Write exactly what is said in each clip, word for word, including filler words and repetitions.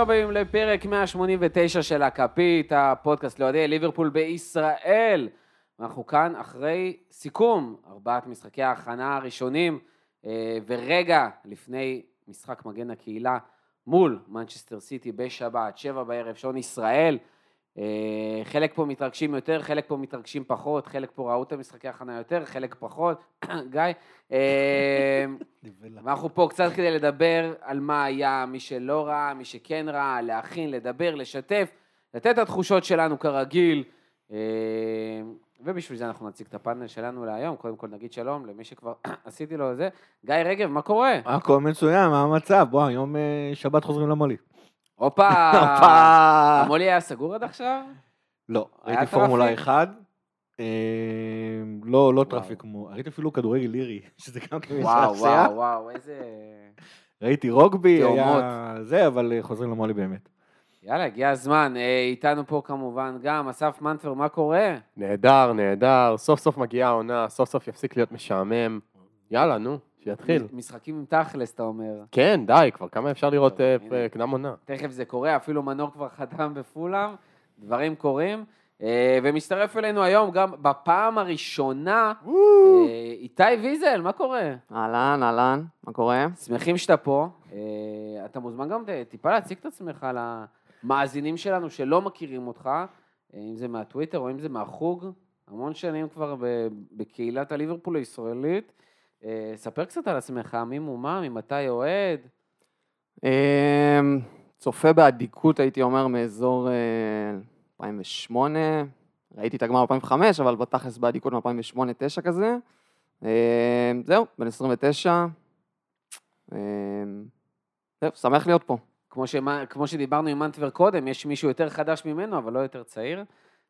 הבאים לפרק מאה שמונים ותשע של הכפית, הפודקאסט לאוהדי ליברפול בישראל. אנחנו כאן אחרי סיכום ארבעת משחקי ההכנה הראשונים, ורגע לפני משחק מגן הקהילה מול מנצ'סטר סיטי בשבת, שבע בערב, שעון ישראל. חלק פה מתרגשים יותר, חלק פה מתרגשים פחות, חלק פה ראו את המשחקי ההכנה יותר, חלק פחות, גיא. ואנחנו פה קצת כדי לדבר על מה היה, מי שלא ראה, מי שכן ראה, להכין, לדבר, לשתף, לתת את התחושות שלנו כרגיל, ובשביל זה אנחנו נציג את הפאנל שלנו להיום. קודם כל נגיד שלום למי שכבר עשיתי לו זה. גיא רגב, מה קורה? הכל מצוין, מה המצב? בוא, היום שבת חוזרים למולי. הופה, המולי היה סגור עד עכשיו? לא, ראיתי פורמולה אחד, לא, לא טראפיק כמו, ראיתי אפילו כדורגל לירי, שזה גם כמשחק וואו, וואו, וואו, איזה... ראיתי רוגבי, היה זה, אבל חוזרים למולי באמת. יאללה, הגיע הזמן, איתנו פה כמובן גם, אסף מנטבר, מה קורה? נהדר, נהדר, סוף סוף מגיעה העונה, סוף סוף יפסיק להיות משעמם, יאללה, נו. שיתחיל. משחקים עם תכלס, אתה אומר. כן, די, כבר כמה אפשר לראות קדם עונה. תכף זה קורה, אפילו מנור כבר חתם בפולאם, דברים קורים, ומצטרף אלינו היום גם בפעם הראשונה, איתי ויזל, מה קורה? אהלן, אהלן, מה קורה? שמחים שאתה פה, אתה מוזמן גם טיפה להציג את עצמך למאזינים שלנו שלא מכירים אותך, אם זה מהטוויטר או אם זה מהחוג, המון שנים כבר בקהילת הליברפול הישראלית, ספר קצת על עצמך, מי מומה, ממתי אוהד? צופה בעדיקות, הייתי אומר, מאזור אלפיים ושמונה, ראיתי את הגמר אלפיים וחמש, אבל בתכלס בעדיקות מ-אלפיים ושמונה תשע כזה. זהו, בן עשרים ותשע. זהו, שמח להיות פה. כמו, שמה, כמו שדיברנו עם מנטבר קודם, יש מישהו יותר חדש ממנו, אבל לא יותר צעיר.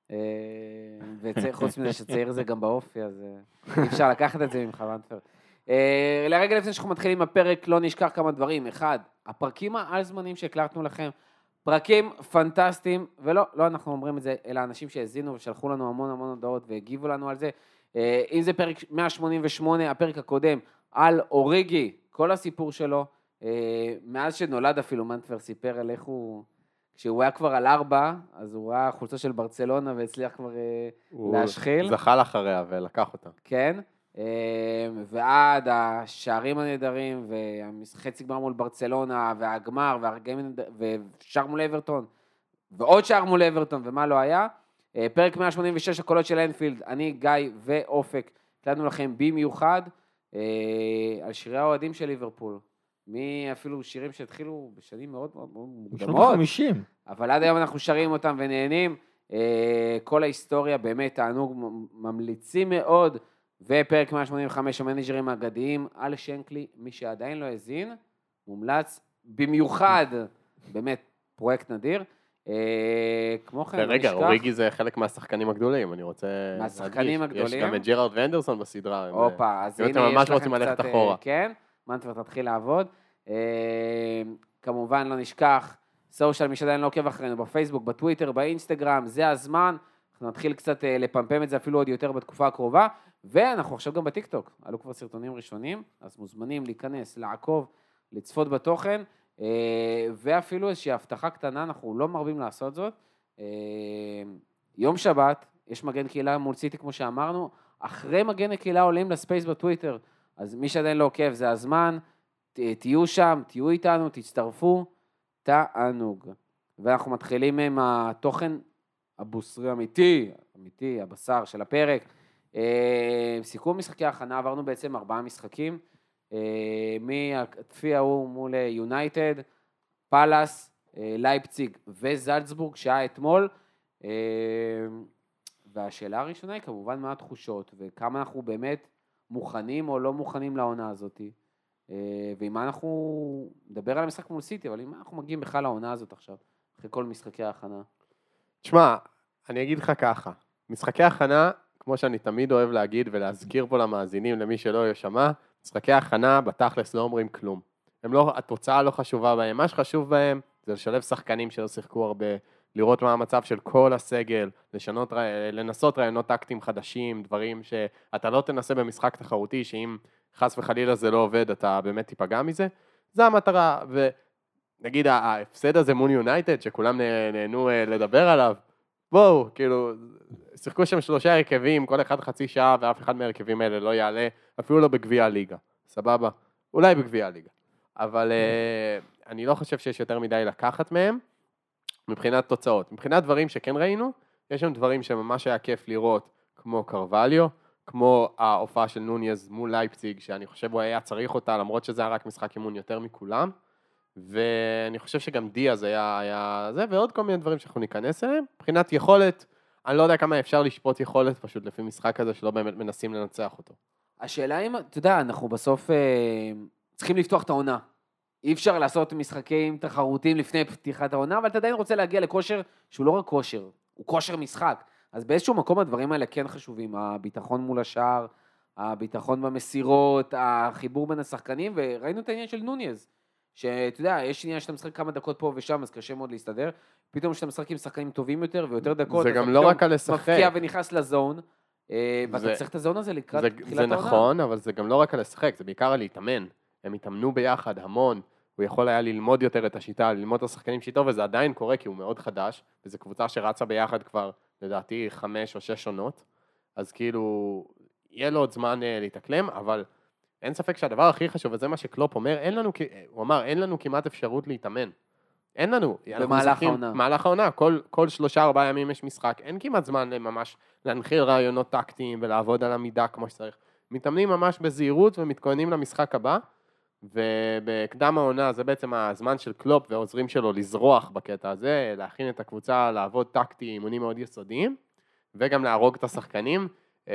וחוץ מזה שצעיר זה גם באופי, אז אי אפשר לקחת את זה ממך, מנטבר. לרגע לפני שאנחנו מתחילים הפרק, לא נשכח כמה דברים. אחד, הפרקים העל זמנים שהקלטנו לכם, פרקים פנטסטיים, ולא, לא אנחנו אומרים את זה, אלא אנשים שהזינו ושלחו לנו המון המון הודעות והגיבו לנו על זה. אם זה פרק מאה שמונים ושמונה, הפרק הקודם, על אוריגי, כל הסיפור שלו, מאז שנולד אפילו מנטבר סיפר על איך הוא, כשהוא היה כבר על ארבע, אז הוא ראה חולצה של ברצלונה והצליח כבר להשחיל. הוא זחל אחריה ולקח אותה. כן. ועד השערים הנהדרים, והחצי גמר מול ברצלונה, והגמר, ושער מול אברטון, ועוד שער מול אברטון, ומה לא היה. פרק מאה שמונים ושש, הקולות של אנפילד, אני, גיא ואופק, הקלטנו לכם במיוחד, על שירי האוהדים של ליברפול. מי אפילו שירים שהתחילו בשנים מאוד מאוד מוקדמות. בשנות חמישים. אבל עד היום אנחנו שרים אותם ונהנים. כל ההיסטוריה באמת, תענוג, ממליצים מאוד, ופרק מאה שמונים וחמש, המנג'רים האגדיים, על שנקלי, מי שעדיין לא הזין, מומלץ במיוחד, באמת פרויקט נדיר. כמו כן, רגע, אוריגי זה חלק מהשחקנים הגדולים, אני רוצה מהשחקנים הגדולים. יש גם את ג'רארד ואנדרסון בסדרה. אופה, אז הנה יש לכם קצת, כן, מנטבר תתחיל לעבוד. כמובן לא נשכח, סושיאל, מי שעדיין לא עוקב אחרינו, בפייסבוק, בטוויטר, באינסטגרם, זה הזמן. אנחנו נתחיל קצת לפמפם את זה אפילו עוד יותר בתקופה הקרובה, ואנחנו עכשיו גם בטיקטוק, עלו כבר סרטונים ראשונים, אז מוזמנים להיכנס, לעקוב, לצפות בתוכן, ואפילו איזושהי הבטחה קטנה, אנחנו לא מרבים לעשות זאת. יום שבת, יש מגן קהילה מול סיטי כמו שאמרנו, אחרי מגן הקהילה עולים לספייס בטוויטר, אז מי שעדיין לא עוקב זה הזמן, תהיו שם, תהיו איתנו, תצטרפו, תענוג. ואנחנו מתחילים עם התוכן הבוסרי אמיתי, אמיתי, הבשר של הפרק. סיכום משחקי ההכנה, עברנו בעצם ארבעה משחקים, מהתפיע ההוא מול יונייטד, פלאס, לייפציג וזלצבורג, שהיה אתמול, והשאלה הראשונה היא כמובן מה התחושות, וכמה אנחנו באמת מוכנים או לא מוכנים לעונה הזאת, ועם מה אנחנו נדבר על המשחק מול סיטי, אבל עם מה אנחנו מגיעים בכלל לעונה הזאת עכשיו, אחרי כל משחקי ההכנה. תשמע, אני אגיד לך ככה, משחקי ההכנה, כמו שאני תמיד אוהב להגיד ולהזכיר פה למאזינים, למי שלא ישמע, משחקי ההכנה בתכלס לא אומרים כלום. הם לא, התוצאה לא חשובה בהם, מה שחשוב בהם זה לשלב שחקנים שלא שיחקו הרבה, לראות מה המצב של כל הסגל, לשנות, לנסות רעיונות טקטיים חדשים, דברים שאתה לא תנסה במשחק תחרותי, שאם חס וחלילה זה לא עובד, אתה באמת תיפגע מזה. זה המטרה, נגיד ההפסד הזה מול יונייטד, שכולם נהנו לדבר עליו, בואו, כאילו, שיחקו שם שלושה הרכבים, כל אחד חצי שעה, ואף אחד מהרכבים האלה לא יעלה, אפילו לא בגביע הליגה, סבבה? אולי בגביע הליגה. אבל uh, אני לא חושב שיש יותר מדי לקחת מהם, מבחינת תוצאות. מבחינת דברים שכן ראינו, יש שם דברים שממש היה כיף לראות, כמו קרווליו, כמו ההופעה של נוניז מול לייפציג, שאני חושב הוא היה צריך אותה, למרות שזה היה רק משחק אימון יותר מכולם, ואני חושב שגם דיאז היה, היה זה, ועוד כל מיני דברים שאנחנו ניכנס אליהם. מבחינת יכולת, אני לא יודע כמה אפשר לשפוט יכולת, פשוט לפי משחק הזה, שלא באמת מנסים לנצח אותו. השאלה אם, אתה יודע, אנחנו בסוף אה, צריכים לפתוח את העונה. אי אפשר לעשות משחקים תחרותיים לפני פתיחת העונה, אבל אתה עדיין רוצה להגיע לכושר שהוא לא רק כושר, הוא כושר משחק. אז באיזשהו מקום הדברים האלה כן חשובים, הביטחון מול השאר, הביטחון במסירות, החיבור בין השחקנים, וראינו את העניין של נוניז, שאתה יודע, יש עניין שאתה משחק כמה דקות פה ושם, אז קשה מאוד להסתדר, פתאום שאתה משחק עם שחקנים טובים יותר ויותר דקות, זה גם לא רק על לשחק. מפקיע ונכנס לזון, ואתה צריך את הזון הזה לקראת תחילת העונה. זה נכון, אבל זה גם לא רק על לשחק, זה בעיקר על להתאמן. הם התאמנו ביחד המון, הוא יכול היה ללמוד יותר את השיטה, ללמוד את השחקנים שיטו, וזה עדיין קורה כי הוא מאוד חדש, וזו קבוצה שרצה ביחד כבר, לדעתי, חמש או שש עונות, אז כאילו, יהיה לו עוד זמן להתאקלם, אבל אין ספק שהדבר הכי חשוב, וזה מה שקלופ אומר, אין לנו, הוא אמר, אין לנו כמעט אפשרות להתאמן. אין לנו. במהלך העונה. במהלך העונה, כל, כל שלושה, ארבעה ימים יש משחק, אין כמעט זמן ממש להנחיל רעיונות טקטיים ולעבוד על המידה כמו שצריך. מתאמנים ממש בזהירות ומתכוננים למשחק הבא, ובקדם העונה זה בעצם הזמן של קלופ והעוזרים שלו לזרוח בקטע הזה, להכין את הקבוצה, לעבוד טקטי, אימונים מאוד יסודיים, וגם להרוג את השחקנים.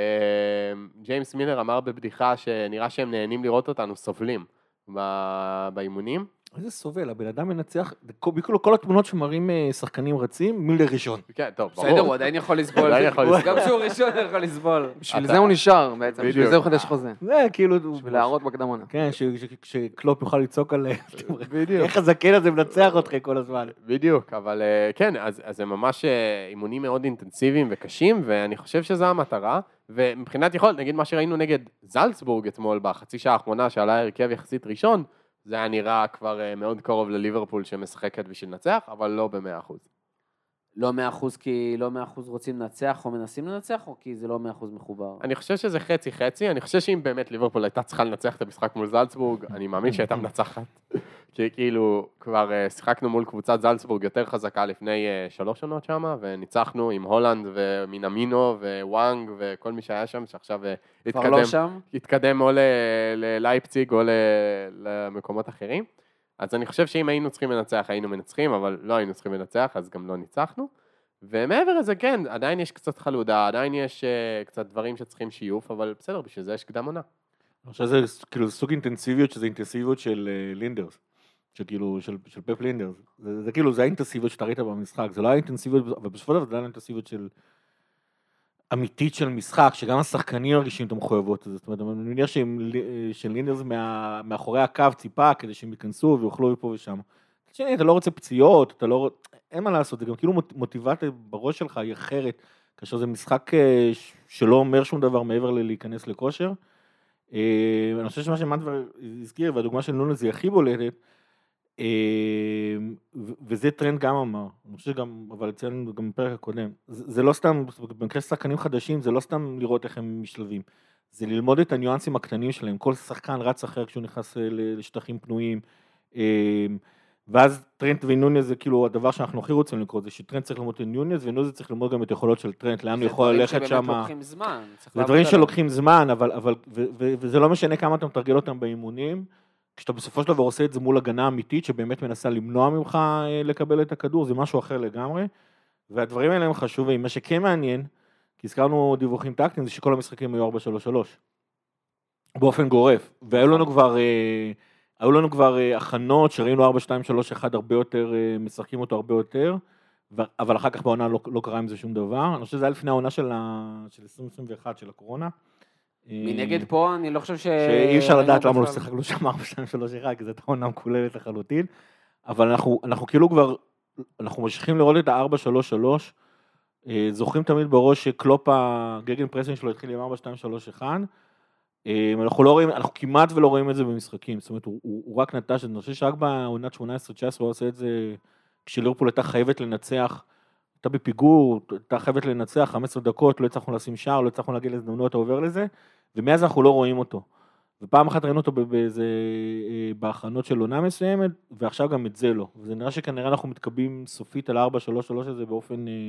ג'יימס מילר אמר בבדיחה שנראה שהם נהנים לראות אותנו סובלים באימונים. איזה סובל, הבן אדם מנצח, בכל כל התמונות שמראים שחקנים רצים, מילר ראשון. כן, טוב, ברור. בסדר, הוא עדיין יכול לסבול. גם כשהוא ראשון הוא יכול לסבול. בשביל זה הוא נשאר בעצם, בשביל זה הוא חדש חוזה. זה כאילו... בשביל להראות בקדמונה. כן, שקלופ יוכל לצעוק על... איך הזקן הזה מנצח אותך כל הזמן. בדיוק, אבל כן, אז זה ממש אימונים מאוד אינטנסיביים וקשים, ואני חושב שזו המטרה, ומבחינת יכולת, נגיד מה שראינו נגד זלצבורג אתמול, בחצי שעה האחרונה שעלה הרכב יחסית ראשון, זה היה נראה כבר מאוד קרוב לליברפול שמשחקת בשביל לנצח, אבל לא במאה אחוז. לא מאה אחוז כי לא מאה אחוז רוצים לנצח או מנסים לנצח, או כי זה לא מאה אחוז מחובר? אני חושב שזה חצי חצי, אני חושב שאם באמת ליברפול הייתה צריכה לנצח את המשחק מול זלצבורג, אני מאמין שהייתה מנצחת. כי כאילו כבר שיחקנו מול קבוצת זלצבורג יותר חזקה לפני שלוש שנות שם, וניצחנו עם הולנד ומינמינו ווואנג וכל מי שהיה שם, שעכשיו התקדם, לא שם? התקדם או ללייפציג או למקומות אחרים. אז אני חושב שאם היינו צריכים לנצח, היינו מנצחים, אבל לא היינו צריכים לנצח, אז גם לא ניצחנו. ומעבר לזה, כן, עדיין יש קצת חלודה, עדיין יש uh, קצת דברים שצריכים שיוף, אבל בסדר, בשביל זה יש קדם עונה. אני חושב שזה כאילו סוג אינטנסיביות, שזה אינטנסיביות של uh, לינדרס, שכאילו, של, של פפ לינדרס. זה, זה כאילו, זה האינטנסיביות שאתה ראית במשחק, זה לא האינטנסיביות, אבל בסופו של דבר זה לא האינטנסיביות של... אמיתית של משחק, שגם השחקנים מרגישים את המחויבות הזאת. זאת אומרת, אני מניח של לינדרס מה, מאחורי הקו ציפה, כדי שהם ייכנסו ויוכלו פה ושם. שני, אתה לא רוצה פציעות, אתה לא... אין מה לעשות, זה גם כאילו מוטיבציה בראש שלך היא אחרת, כאשר זה משחק שלא אומר שום דבר מעבר להיכנס לכושר. אני חושב שמה שמנדבר הזכיר, והדוגמה של נונז היא הכי בולטת, וזה טרנד גם אמר, אני חושב שגם, אבל אצלנו גם בפרק הקודם, זה לא סתם, במקרה שחקנים חדשים, זה לא סתם לראות איך הם משלבים, זה ללמוד את הניואנסים הקטנים שלהם, כל שחקן רץ אחר כשהוא נכנס לשטחים פנויים, ואז טרנד ונוניז זה כאילו הדבר שאנחנו הכי רוצים לקרוא, זה שטרנד צריך ללמוד את נוניז, ונוניז צריך ללמוד גם את היכולות של טרנד, לאן הוא יכול ללכת שם. זה דברים שבאמת לוקחים זמן. זה דברים שלוקחים זמן, אבל, וזה לא משנה כמה אתה מתרגל אותם באימונים, כשאתה בסופו של דבר עושה את זה מול הגנה אמיתית, שבאמת מנסה למנוע ממך לקבל את הכדור, זה משהו אחר לגמרי, והדברים האלה הם חשובים. מה שכן מעניין, כי הזכרנו דיווחים טקטיים, זה שכל המשחקים היו ארבע שלוש שלוש, באופן גורף, והיו לנו כבר, היו לנו כבר הכנות, שראינו ארבע שתיים שלוש אחת הרבה יותר, משחקים אותו הרבה יותר, אבל אחר כך בעונה לא, לא קרה עם זה שום דבר. אני חושב שזה היה לפני העונה של, של עשרים עשרים ואחת של הקורונה, מנגד פה, אני לא חושב ש... שאי אפשר לדעת למה לא שיחקנו שם ארבע שתיים שלוש אחת, כי זו העונה מקוללת לחלוטין, אבל אנחנו, אנחנו כאילו כבר, אנחנו ממשיכים לראות את ה-ארבע שלוש שלוש, זוכרים תמיד בראש שקלופ הגגן פרסינג שלו התחיל עם ארבע שתיים שלוש אחת, אנחנו לא רואים, אנחנו כמעט ולא רואים את זה במשחקים, זאת אומרת, הוא, הוא, הוא רק נטש, אני חושב שרק בעונת שמונה עשרה תשע עשרה הוא עושה את זה, כשליברפול הייתה חייבת לנצח, הייתה בפיגור, הייתה חייבת לנצח חמש עשרה דקות, לא הצלחנו לשים שער, לא הצלחנו להגיע להזדמנויות, אתה עובר לזה, ומאז אנחנו לא רואים אותו. ופעם אחת ראינו אותו באיזה, בהכנות של עונה מסוימת, ועכשיו גם את זה לא. וזה נראה שכנראה אנחנו מתקבלים סופית על ארבע שלוש שלוש הזה באופן אה,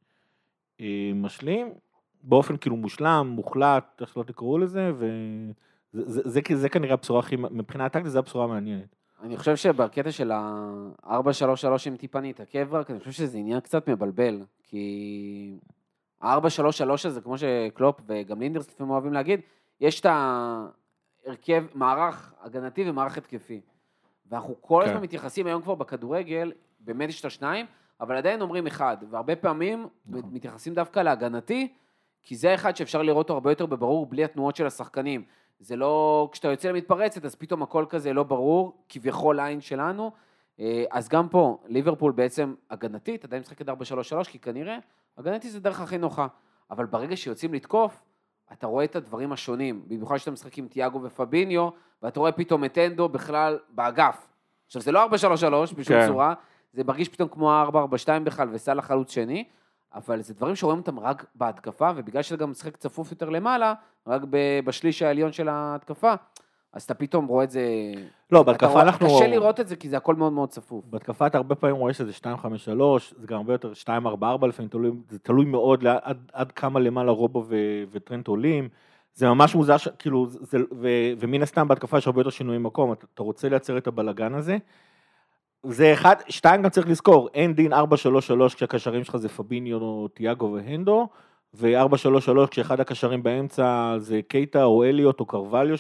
אה, משלים, באופן כאילו מושלם, מוחלט, איך שלא תקראו לזה, וזה זה, זה, זה, זה כנראה הבשורה הכי, מבחינה הטקטית זה הבשורה המעניינת. אני חושב שבקטע של ה-ארבע שלוש שלוש עם טיפה נתעכב רק, אני חושב שזה עניין קצת מבלבל, כי ה-ארבע שלוש שלוש הזה, כמו שקלופ וגם לינדרס לפעמים אוהבים להגיד, יש את ההרכב, מערך הגנתי ומערך התקפי. ואנחנו כל הזמן מתייחסים היום כבר בכדורגל, באמת יש את השניים, אבל עדיין אומרים אחד, והרבה פעמים מתייחסים דווקא להגנתי, כי זה אחד שאפשר לראות אותו הרבה יותר בברור, בלי התנועות של השחקנים. זה לא, כשאתה יוצא למתפרצת, אז פתאום הכל כזה לא ברור, כביכול ליין שלנו. אז גם פה, ליברפול בעצם הגנתית, עדיין משחקת ארבע שלוש שלוש, כי כנראה, הגנתית זה דרך הכי נוחה. אבל ברגע שיוצאים לתקוף, אתה רואה את הדברים השונים, במיוחד שאתה משחק עם תיאגו ופביניו, ואתה רואה פתאום את אנדו בכלל באגף. עכשיו, זה לא ארבע שלוש שלוש בשום כן. צורה, זה מרגיש פתאום כמו ארבע ארבע שתיים בכלל, וסל החלוץ שני, אבל זה דברים שרואים אותם רק בהתקפה, ובגלל שזה גם משחק צפוף יותר למעלה, רק בשליש העליון של ההתקפה, אז אתה פתאום רואה את זה... לא, בהתקפה אנחנו... קשה לראות את זה, כי זה הכל מאוד מאוד צפוף. בהתקפה אתה הרבה פעמים רואה שזה שתיים חמש שלוש, זה גם הרבה יותר שתיים ארבע ארבע, לפעמים תלוי, זה תלוי מאוד עד, עד כמה למעלה רובו ו, וטרנט עולים, זה ממש מוזר, כאילו, זה, ו, ומן הסתם בהתקפה יש הרבה יותר שינויים מקום, אתה, אתה רוצה לייצר את הבלגן הזה, זה אחד, שתיים גם צריך לזכור, אין דין ארבע שלוש שלוש כשהקשרים שלך זה פביניו, תיאגו והנדו, ו-ארבע שלוש שלוש כשאחד הקשרים באמצע זה קייטה או אליוט או קרווליו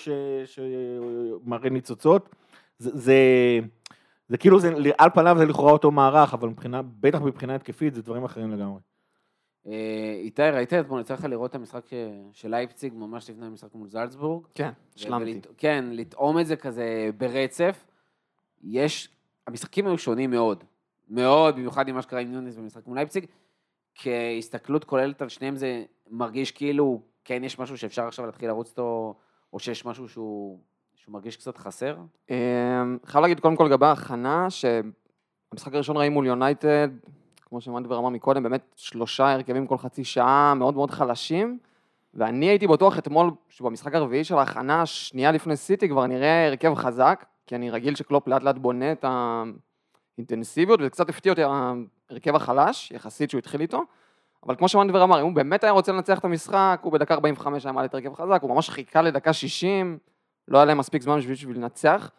שמראה ניצוצות, זה, זה, זה כאילו, זה, על פניו זה לכאורה אותו מערך, אבל מבחינה, בטח מבחינה התקפית זה דברים אחרים לגמרי. איתי, ראית אתמול, יצא לך לראות את המשחק של לייפציג ממש לפני המשחק מול זלצבורג? כן, שלמתי. כן, לטעום את זה כזה ברצף, יש... המשחקים היו שונים מאוד, מאוד, במיוחד עם מה שקרה עם ניוניס במשחק מול לייפציג, כהסתכלות כוללת על שניהם זה מרגיש כאילו, כן יש משהו שאפשר עכשיו להתחיל לרוץ אותו, או שיש משהו שהוא, שהוא מרגיש קצת חסר? חייב להגיד קודם כל לגבי ההכנה, שהמשחק הראשון ראינו מול יונייטד, כמו שמנדבר אמר מקודם, באמת שלושה הרכבים כל חצי שעה, מאוד מאוד חלשים, ואני הייתי בטוח אתמול, שבמשחק הרביעי של ההכנה, שנייה לפני סיטי, כבר נראה הרכב חזק, כי אני רגיל שקלופ לאט לאט בונה את האינטנסיביות, וזה קצת הפתיע אותי הרכב החלש, יחסית שהוא התחיל איתו, אבל כמו שמנדבר אמר, אם הוא באמת היה רוצה לנצח את המשחק, הוא בדקה ארבעים וחמש היה מעלה את הרכב חזק, הוא ממש חיכה לדקה שישים, לא היה להם מספיק זמן בשביל, בשביל לנצח,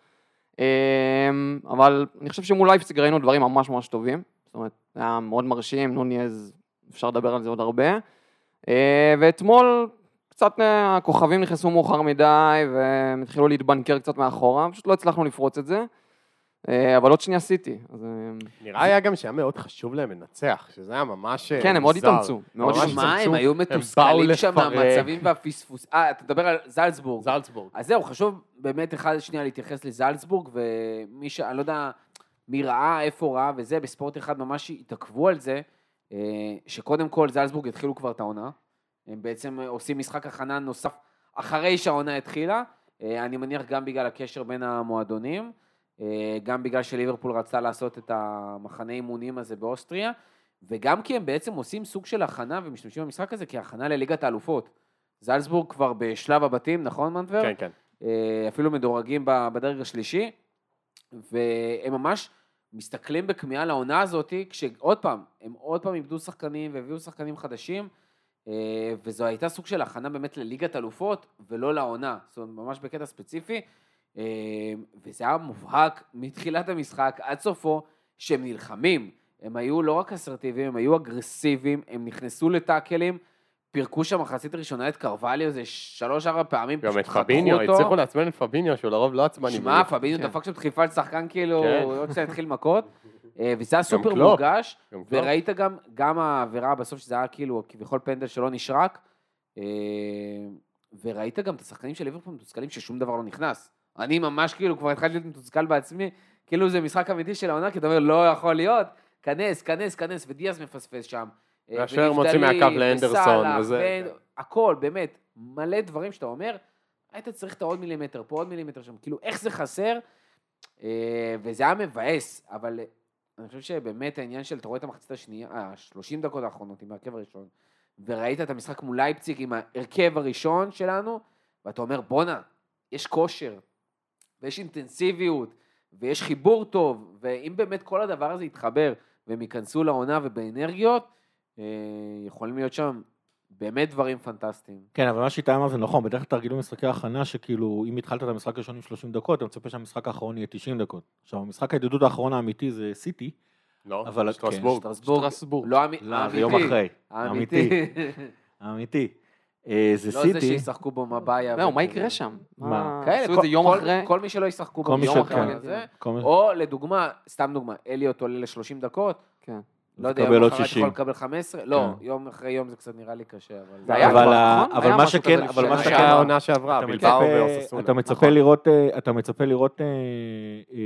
אבל אני חושב שמול לייפציג ראינו דברים ממש ממש טובים, זאת אומרת, זה היה מאוד מרשים, נוניז, אפשר לדבר על זה עוד הרבה, ואתמול קצת הכוכבים נכנסו מאוחר מדי, והם התחילו להתבנקר קצת מאחורה, פשוט לא הצלחנו לפרוץ את זה, אבל עוד שנייה עשיתי. נראה היה גם שהיה מאוד חשוב להם לנצח, שזה היה ממש... כן, הם מאוד התאמצו. מה, הם היו מתוסכלים שם מהמצבים והפספוס. אה, אתה מדבר על זלצבורג. זלצבורג. אז זהו, חשוב באמת אחד שנייה להתייחס לזלצבורג, ומי ש... אני לא יודע מי ראה, איפה ראה, וזה, בספורט אחד ממש התעכבו על זה, שקודם כל זלצבורג התחילו כבר את העונה, הם בעצם עושים משחק הכנה נוסף אחרי שהעונה התחילה, אני מניח גם בגלל הקשר בין המועדונים, גם בגלל שליברפול רצתה לעשות את המחנה אימונים הזה באוסטריה, וגם כי הם בעצם עושים סוג של הכנה ומשתמשים במשחק הזה כהכנה לליגת האלופות. זלצבורג כבר בשלב הבתים, נכון מנטבר? כן, כן. אפילו מדורגים בדרג השלישי, והם ממש מסתכלים בכמיהה לעונה הזאת, כשעוד פעם, הם עוד פעם איבדו שחקנים והביאו שחקנים חדשים, וזו הייתה סוג של הכנה באמת לליגת אלופות, ולא לעונה, זאת אומרת, ממש בקטע ספציפי, וזה היה מובהק מתחילת המשחק עד סופו, שהם נלחמים, הם היו לא רק אסרטיביים, הם היו אגרסיביים, הם נכנסו לטאקלים, פירקו שם מחצית ראשונה את קרווליו, זה שלוש ארבע פעמים, גם את פביניו, הצליחו לעצבן את פביניו, שהוא לרוב לא עצבני. שמע, פביניו דפק שם דחיפה לשחקן כאילו, עוד קצת התחיל מכות, וזה היה סופר מורגש, וראית גם, גם העבירה בסוף שזה היה כאילו, כביכול פנדל שלא נשרק, וראית גם את השחקנים של ליברפול מתוסכלים ששום דבר לא נכנס. אני ממש כאילו כבר התחלתי להיות מתוסכל בעצמי, כאילו זה משחק אמיתי של העונה, כי אתה אומר, לא יכול להיות, כנס, כנס, כנס, ודיאז מפספס שם. ואשר מוציא מהקו לאנדרסון, וזה... הכל, באמת, מלא דברים שאתה אומר, היית צריך את העוד מילימטר, פה עוד מילימטר שם, כאילו, איך זה חסר? וזה היה מבאס, אבל אני חושב שבאמת העניין של, אתה רואה את המחצית השנייה, ה-שלושים דקות האחרונות עם ההרכב הראשון, וראית את המשחק מול לייפציג עם ההרכב הראשון שלנו, ואתה אומר, בונה, יש כושר, ויש אינטנסיביות, ויש חיבור טוב, ואם באמת כל הדבר הזה יתחבר, והם ייכנסו לעונה ובאנרגיות, יכולים להיות שם באמת דברים פנטסטיים. כן, אבל מה שאיתה אמר זה נכון, בדרך כלל תרגילו משחקי הכנה, שכאילו, אם התחלת את המשחק הראשון עם שלושים דקות, אתה מצפה שהמשחק האחרון יהיה תשעים דקות. עכשיו, המשחק הידידות האחרון האמיתי זה סיטי, לא, אבל שטרסבורג. שטרסבורג. לא האמיתי. לא, זה יום אחרי. האמיתי. האמיתי. זה לא זה סיטי. שישחקו בו מבעיה. לא, מה יקרה שם? מה? כאלה, עשו את זה יום כל- אחרי. כל מי שלא ישחקו כל בו מי יום ש- אחרי כן. זה, כל מי- או לדוגמה, סתם דוגמה, אליוט עולה ל-שלושים דקות, כן. לא יודע, תקבל יום עוד אחרי שישים. יכול לקבל חמש עשרה, לא, כן. יום אחרי יום זה קצת נראה לי קשה, אבל... זה היה אבל כבר, ה- נכון? אבל היה מה משהו שכן, כזה אבל לפני מה שנה. שכן, היה העונה שעברה, אתה בלבאו מצפה- ואוססונה. אתה מצפה נכון. לראות, אה, אתה מצפה לראות, אה, אה,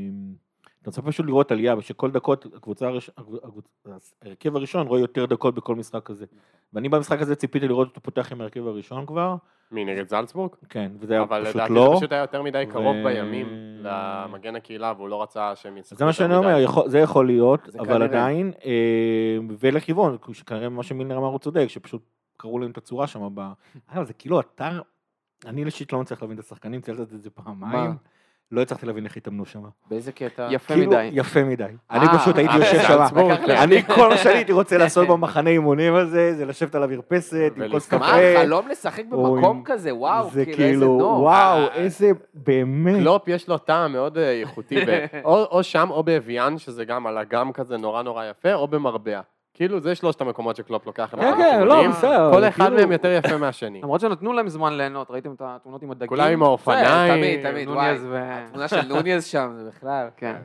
אתה מצפה פשוט לראות עלייה, שכל דקות, הקבוצה, הראש- הקבוצ- ההרכב הראשון רואה יותר דקות בכל משחק כזה. ואני במשחק הזה ציפיתי לראות אותו פותח עם ההרכב הראשון כבר, מי, נגד זלצבורג? כן, וזה היה אבל פשוט לדעתי לא. זה פשוט היה יותר מדי קרוב ו- בימים למגן הקהילה, והוא לא רצה שהם ישחקו. זה מה שאני יותר אומר, מדי. יכול- זה יכול להיות, זה אבל כנראה. עדיין, אה, ולכיוון, שכנראה מה שמילנר אמר הוא צודק, שפשוט קראו להם את הצורה שם הבאה. אגב, זה כאילו אתר, אני אישית לא מצליח להבין את השחקנים, ציינת את זה פעמיים, מה? לא הצלחתי להבין איך התאמנו שם. באיזה קטע? יפה כאילו, מדי. יפה מדי. אה, אני פשוט הייתי אה, יושב זה שם, זלצבורג, כן. אני כל מה שאני הייתי רוצה לעשות במחנה אימונים הזה, זה לשבת על המרפסת, עם כוס ולהסתכל. מה, קפה, חלום לשחק או במקום עם- כזה, וואו, זה כאילו, איזה כאילו, נוף. וואו, אה. איזה, באמת. קלופ יש לו טעם מאוד אה, איכותי, ב- או או שם או באביאן, שזה גם על אגם כזה נורא נורא יפה, או במרבע. כאילו, זה שלושת המקומות שקלופ לוקח. כן, למקומות כן, לא, כיוונים. בסדר. כל אחד כאילו- מהם יותר יפה מהשני. למרות שנתנו להם זמן ליהנות, ראיתם את התמונות עם הדגים? כולם עם בסדר, האופניים. תמיד, תמיד, וואי. נוניז ו... התמונה של נוניז שם, זה בכלל. כן.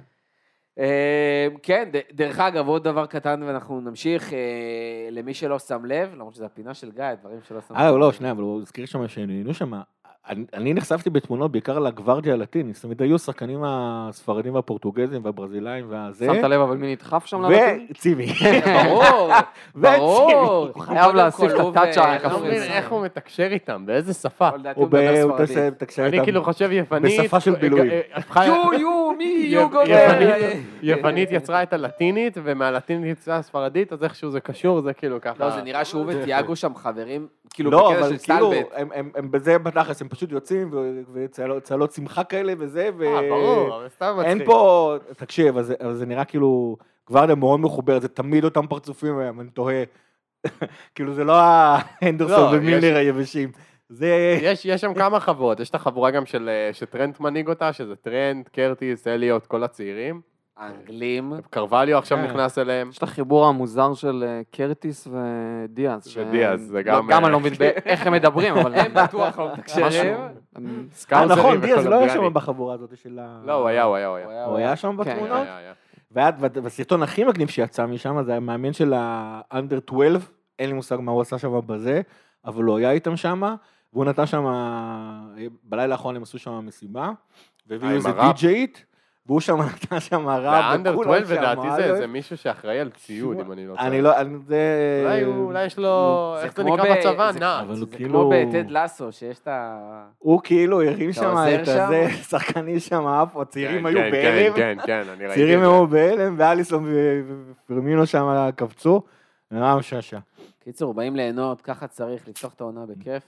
אה, כן, ד- דרך אגב, עוד דבר קטן ואנחנו נמשיך, אה, למי שלא שם לב, למרות שזו הפינה של גיא, דברים שלא שם אה, לב. לא, שנייה, אבל הוא הזכיר שם שהם נהנו שם. אני, אני נחשפתי בתמונות בעיקר לגוורדיה הלטינית, זאת אומרת, היו השחקנים הספרדים והפורטוגזים והברזילאים והזה, שמת לב אבל מי נדחף שם ללטין? וצימי. ברור, ברור. הוא חייב להוסיף את הטאצ' אה, אני לא מבין איך הוא מתקשר איתם, באיזה שפה. לדעתי הוא הוא מדבר ב- הוא ספרדית. תעשה- תקשר אני איתם. כאילו חושב יוונית. בשפה של בילויים. אה, הפכה- יו, יו, מי, יו, יו- גורל. יוונית- יוונית יצרה את הלטינית, ומהלטינית יצרה הספרדית, אז איכשהו זה קשור, זה כאילו ככה. לא, זה נראה שהוא ותיאגו שם חברים, כאילו לא, בקטע אבל של כאילו, סטלבט. הם- הם הם בזה בתכלס, הם פשוט יוצאים, ו- וצהלות שמחה כאלה וזה, ו... אה, ברור, אבל סתם מצחיק. אין פה, תקשיב, אבל זה- אבל זה נראה כאילו, גוורדיה מאוד מחוברת, זה תמיד אותם פרצופים, אני תוהה. כאילו זה לא ההנדרסון לא, ומילנר יש- היבשים. זה... יש, יש שם כמה חבורות, יש את החבורה גם של, אה, שטרנט מנהיג אותה, שזה טרנט, קרטיס, אליוט, כל הצעירים. האנגלים. קרווליו עכשיו כן. נכנס אליהם. יש את החיבור המוזר של אה, קרטיס ודיאז. ש- ודיאז, זה לא, גם, גם אה, אני לא מבין ב- איך הם מדברים, אבל... הם בטוח לא מתקשרים. משהו. הם- אה, סקאוזרים נכון, דיאז לא היה וקולומביאני. שם בחבורה הזאת של ה... לא, הוא היה, הוא היה, הוא היה. הוא היה שם כן, בתמונות? היה, היה. והיה- והסרטון הכי מגניב שיצא משם, זה המאמן של ה-Under שתים עשרה, אין לי מושג מה הוא עשה שם בזה, אבל הוא היה איתם שם, והוא נתן שם, בלילה האחרון הם עשו שם מסיבה, והביאו עם איזה הראפ? די-ג'יית, והוא שם נתן שם ראפ, והאנדר וכולם שתים עשרה לדעתי מה זה- זה מישהו שאחראי על ציוד, אם אני לא טועה. אני לא, אני זה... אולי הוא- אולי יש לו, זה איך זה כמו נקרא ב- בצבא? זה- נעץ. אבל הוא זה כאילו... כמו בטד לסו, שיש את ה... הוא כאילו הרים שם עוזר את שם? הזה, שחקנים שם עפו, הצעירים כן, היו כן, בהלם, כן, כן, כן, אני ראיתי צעירים את זה. היו בהלם, ואליסון ופרמינו שם קפצו, נראה משעשע. קיצור, באים ליהנות, ככה צריך לפתוח את העונה בכיף.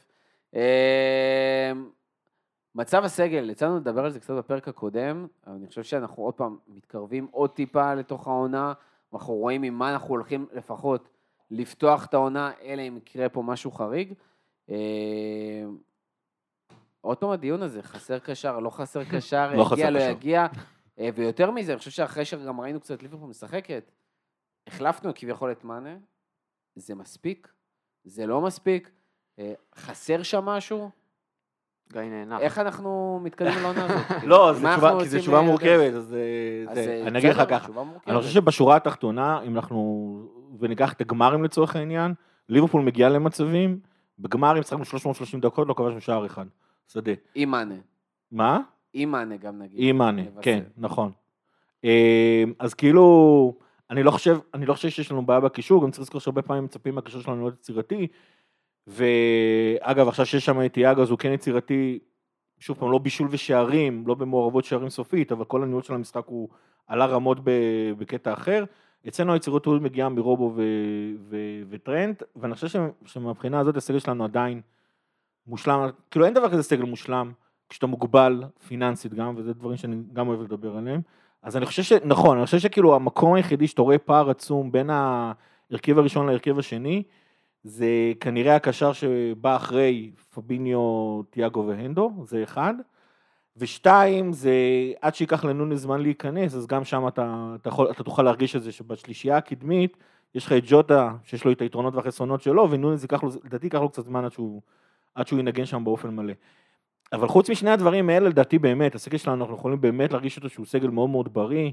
אה, מצב הסגל, יצאנו לדבר על זה קצת בפרק הקודם, אבל אני חושב שאנחנו עוד פעם מתקרבים עוד טיפה לתוך העונה, ואנחנו רואים עם מה אנחנו הולכים לפחות לפתוח את העונה, אלא אם יקרה פה משהו חריג. אה, עוד פעם הדיון הזה, חסר קשר, לא חסר קשר, לא יגיע, חסר לא קשר. יגיע, אה, ויותר מזה, אני חושב שאחרי שגם ראינו קצת ליברפול משחקת, החלפנו כביכול את מאנה, זה מספיק? זה לא מספיק? אה, חסר שם משהו? גיא נאנח. איך אנחנו מתקדמים לעונה הזאת? לא, מה זו תשובה- אנחנו כי זו רוצים, תשובה אה, מורכבת, אז אה, אז, זה- אה, אני אגיד לך בסדר, ככה. תשובה מורכבת. אני חושב שבשורה התחתונה, אם אנחנו, וניקח את הגמרים לצורך העניין, ליברפול מגיעה למצבים, בגמרים שחקנו שלוש מאות ושלושים דקות, לא כבשנו שער אחד. שדה. עם מאנה. מה? עם מאנה גם נגיד. עם מאנה, לבשר. כן, נכון. אה, אז כאילו, אני לא חושב, אני לא חושב שיש לנו בעיה בקישור, גם צריך לזכור שהרבה פעמים מצפים מהקישור שלנו להיות יצירתי, ואגב, עכשיו שיש שם את יאגו, אז הוא כן יצירתי, שוב פעם, לא בישול ושערים, לא במעורבות שערים סופית, אבל כל הניהול של המשחק הוא עלה רמות בקטע אחר. אצלנו היצירות מגיעה מרובו וטרנט, ואני חושב שמבחינה הזאת הסגל שלנו עדיין מושלם, כאילו אין דבר כזה סגל מושלם, כשאתה מוגבל פיננסית גם, וזה דברים שאני גם אוהב לדבר עליהם. אז אני חושב שנכון, אני חושב שכאילו המקום היחידי שאתה רואה פער עצום בין ההרכב הראשון להרכב השני, זה כנראה הקשר שבא אחרי פביניו, תיאגו והנדו, זה אחד. ושתיים, זה עד שיקח לנו זמן להיכנס, אז גם שם אתה, אתה, יכול, אתה תוכל להרגיש את זה, שבשלישייה הקדמית, יש לך את ג'וטה, שיש לו את היתרונות והחסרונות שלו, ונונז ייקח לו, לדעתי ייקח לו קצת זמן עד שהוא, עד שהוא ינגן שם באופן מלא. אבל חוץ משני הדברים האלה, לדעתי באמת, הסגל שלנו, אנחנו יכולים באמת להרגיש אותו שהוא סגל מאוד מאוד בריא,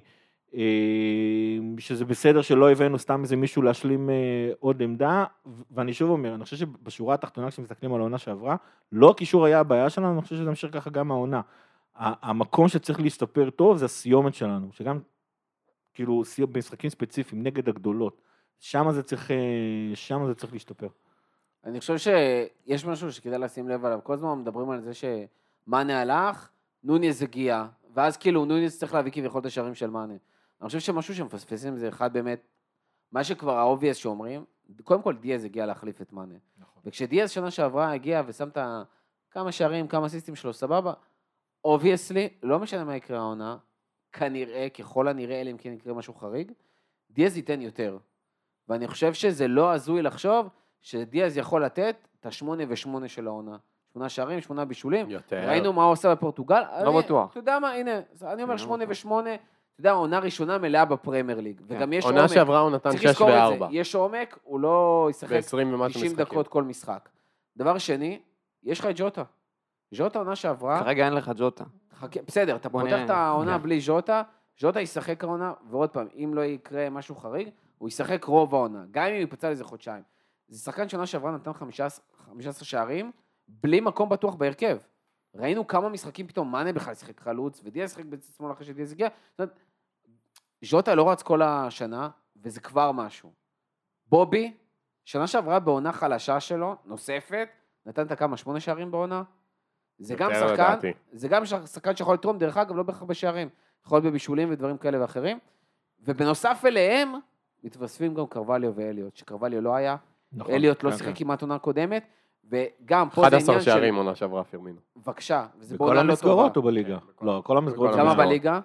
שזה בסדר שלא הבאנו סתם איזה מישהו להשלים עוד עמדה, ואני שוב אומר, אני חושב שבשורה התחתונה, כשמסתכלים על העונה שעברה, לא הקישור היה הבעיה שלנו, אני חושב שזה משאיר ככה גם העונה. המקום שצריך להסתפר טוב זה הסיומת שלנו, שגם כאילו במשחקים ספציפיים נגד הגדולות, שם זה צריך, שם זה צריך להשתפר. אני חושב שיש משהו שכדאי לשים לב עליו, כל הזמן מדברים על זה שמאנה הלך, נוניז הגיע, ואז כאילו נוניז צריך להביא כביכול את השערים של מאנה. אני חושב שמשהו שמפספסים זה אחד באמת, מה שכבר האובייס שאומרים, קודם כל דיאז הגיע להחליף את מאנה. נכון. וכשדיאז שנה שעברה הגיע ושם את כמה שערים, כמה סיסטים שלו, סבבה, אובייסלי, לא משנה מה יקרה העונה, כנראה, ככל הנראה, אלא אם כן יקרה משהו חריג, דיאז ייתן יותר. ואני חושב שזה לא הזוי לחשוב שדיאז יכול לתת את השמונה ושמונה של העונה. שמונה שערים, שמונה בישולים. יותר. ראינו מה הוא עושה בפורטוגל. לא אני, בטוח. אתה יודע מה, הנה, אני אומר שמונה ושמונה, אתה יודע, העונה ראשונה מלאה בפרמייר ליג. כן. וגם יש עומק. עונה שעברה הוא נתן שש וארבע. יש עומק, הוא לא ישחק תשעים דקות כל משחק. דבר שני, יש לך את ג'וטה. ג'וטה עונה שעברה. כרגע אין לך ג'וטה. בסדר, אתה פותח את העונה בלי ג'וטה, ג'וטה ישחק העונה, ועוד פעם, אם לא יקרה משהו חריג, הוא ישחק רוב העונה, גם אם הוא יפצע לזה חודשיים. זה שחקן שנה שעברה נתן חמישה עשר שערים, בלי מקום בטוח בהרכב. ראינו כמה משחקים פתאום, מאנה בכלל ישחק חלוץ, ודיאז ישחק בצד שמאל אחרי שדיאז הגיע. זאת אומרת, ז'וטה לא רץ כל השנה, וזה כבר משהו. בובי, שנה שעברה בעונה חלשה שלו, נוספת, נתן את כמה, שמונה שערים בעונה. זה גם שחקן, זה גם שחקן שיכול לתרום, דרך אגב, לא בהכרח בשערים, יכול להיות בבישולים ודברים כאלה ואחרים. ובנוסף אליהם, מתווספים גם קרווליו ואליוט, שקרווליו לא היה, נכון, אליוט לא שיחק כמעט עונה קודמת, וגם פה זה עניין של... אחד עשר שערים עונה שעברה פירמינו. בבקשה, וזה בכל המסגרות או בליגה? לא, כל המסגרות. כמה בליגה?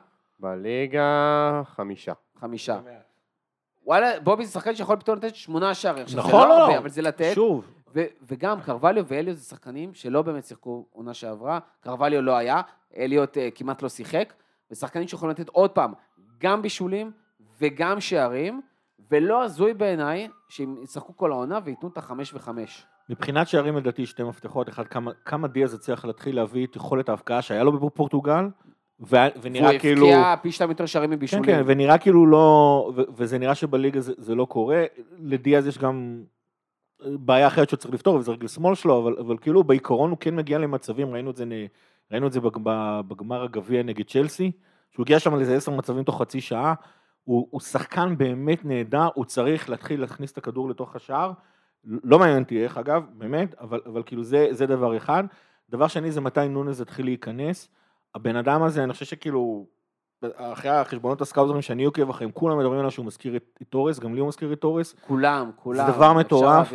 בליגה חמישה. חמישה. וואלה, בובי זה שחקן שיכול פתאום לתת שמונה שערים. נכון, לא, אבל זה לתת. שוב. וגם קרווליו ואליוט זה שחקנים שלא באמת שיחקו עונה שעברה, קרווליו לא היה, אליוט כמעט לא שיחק, ושחקנים שיכולים לתת עוד פעם, גם בישולים וגם שערים, ולא הזוי בעיניי שהם ישחקו כל העונה ויתנו את החמש וחמש. מבחינת שערים לדעתי שתי מפתחות, אחד כמה, כמה דיאז הצליח להתחיל להביא את יכולת ההפקעה שהיה לו בפורטוגל, ו, ונראה כאילו... והוא הפקיע פי שתיים יותר שערים מבישולים. כן, כן, ונראה כאילו לא, ו, וזה נראה שבליגה זה, זה לא קורה, לדיאז יש גם בעיה אחרת שצריך לפתור, וזה רגל שמאל שלו, אבל, אבל כאילו בעיקרון הוא כן מגיע למצבים, ראינו את זה, ראינו את זה בגמר הגביע נגד צ'לסי, שהוא הגיע שם לאיזה עשר מצבים תוך חצי שעה, הוא, הוא שחקן באמת נהדר, הוא צריך להתחיל להכניס את הכדור לתוך השער, לא מעניין אותי איך אגב, באמת, אבל, אבל כאילו זה, זה דבר אחד. דבר שני זה מתי נונז התחיל להיכנס, הבן אדם הזה, אני חושב שכאילו, אחרי החשבונות הסקאוטרים שאני עוקב אחריהם, כולם מדברים עליו שהוא מזכיר את, את תורס, גם לי הוא מזכיר את תורס. כולם, כולם. זה דבר מטורף.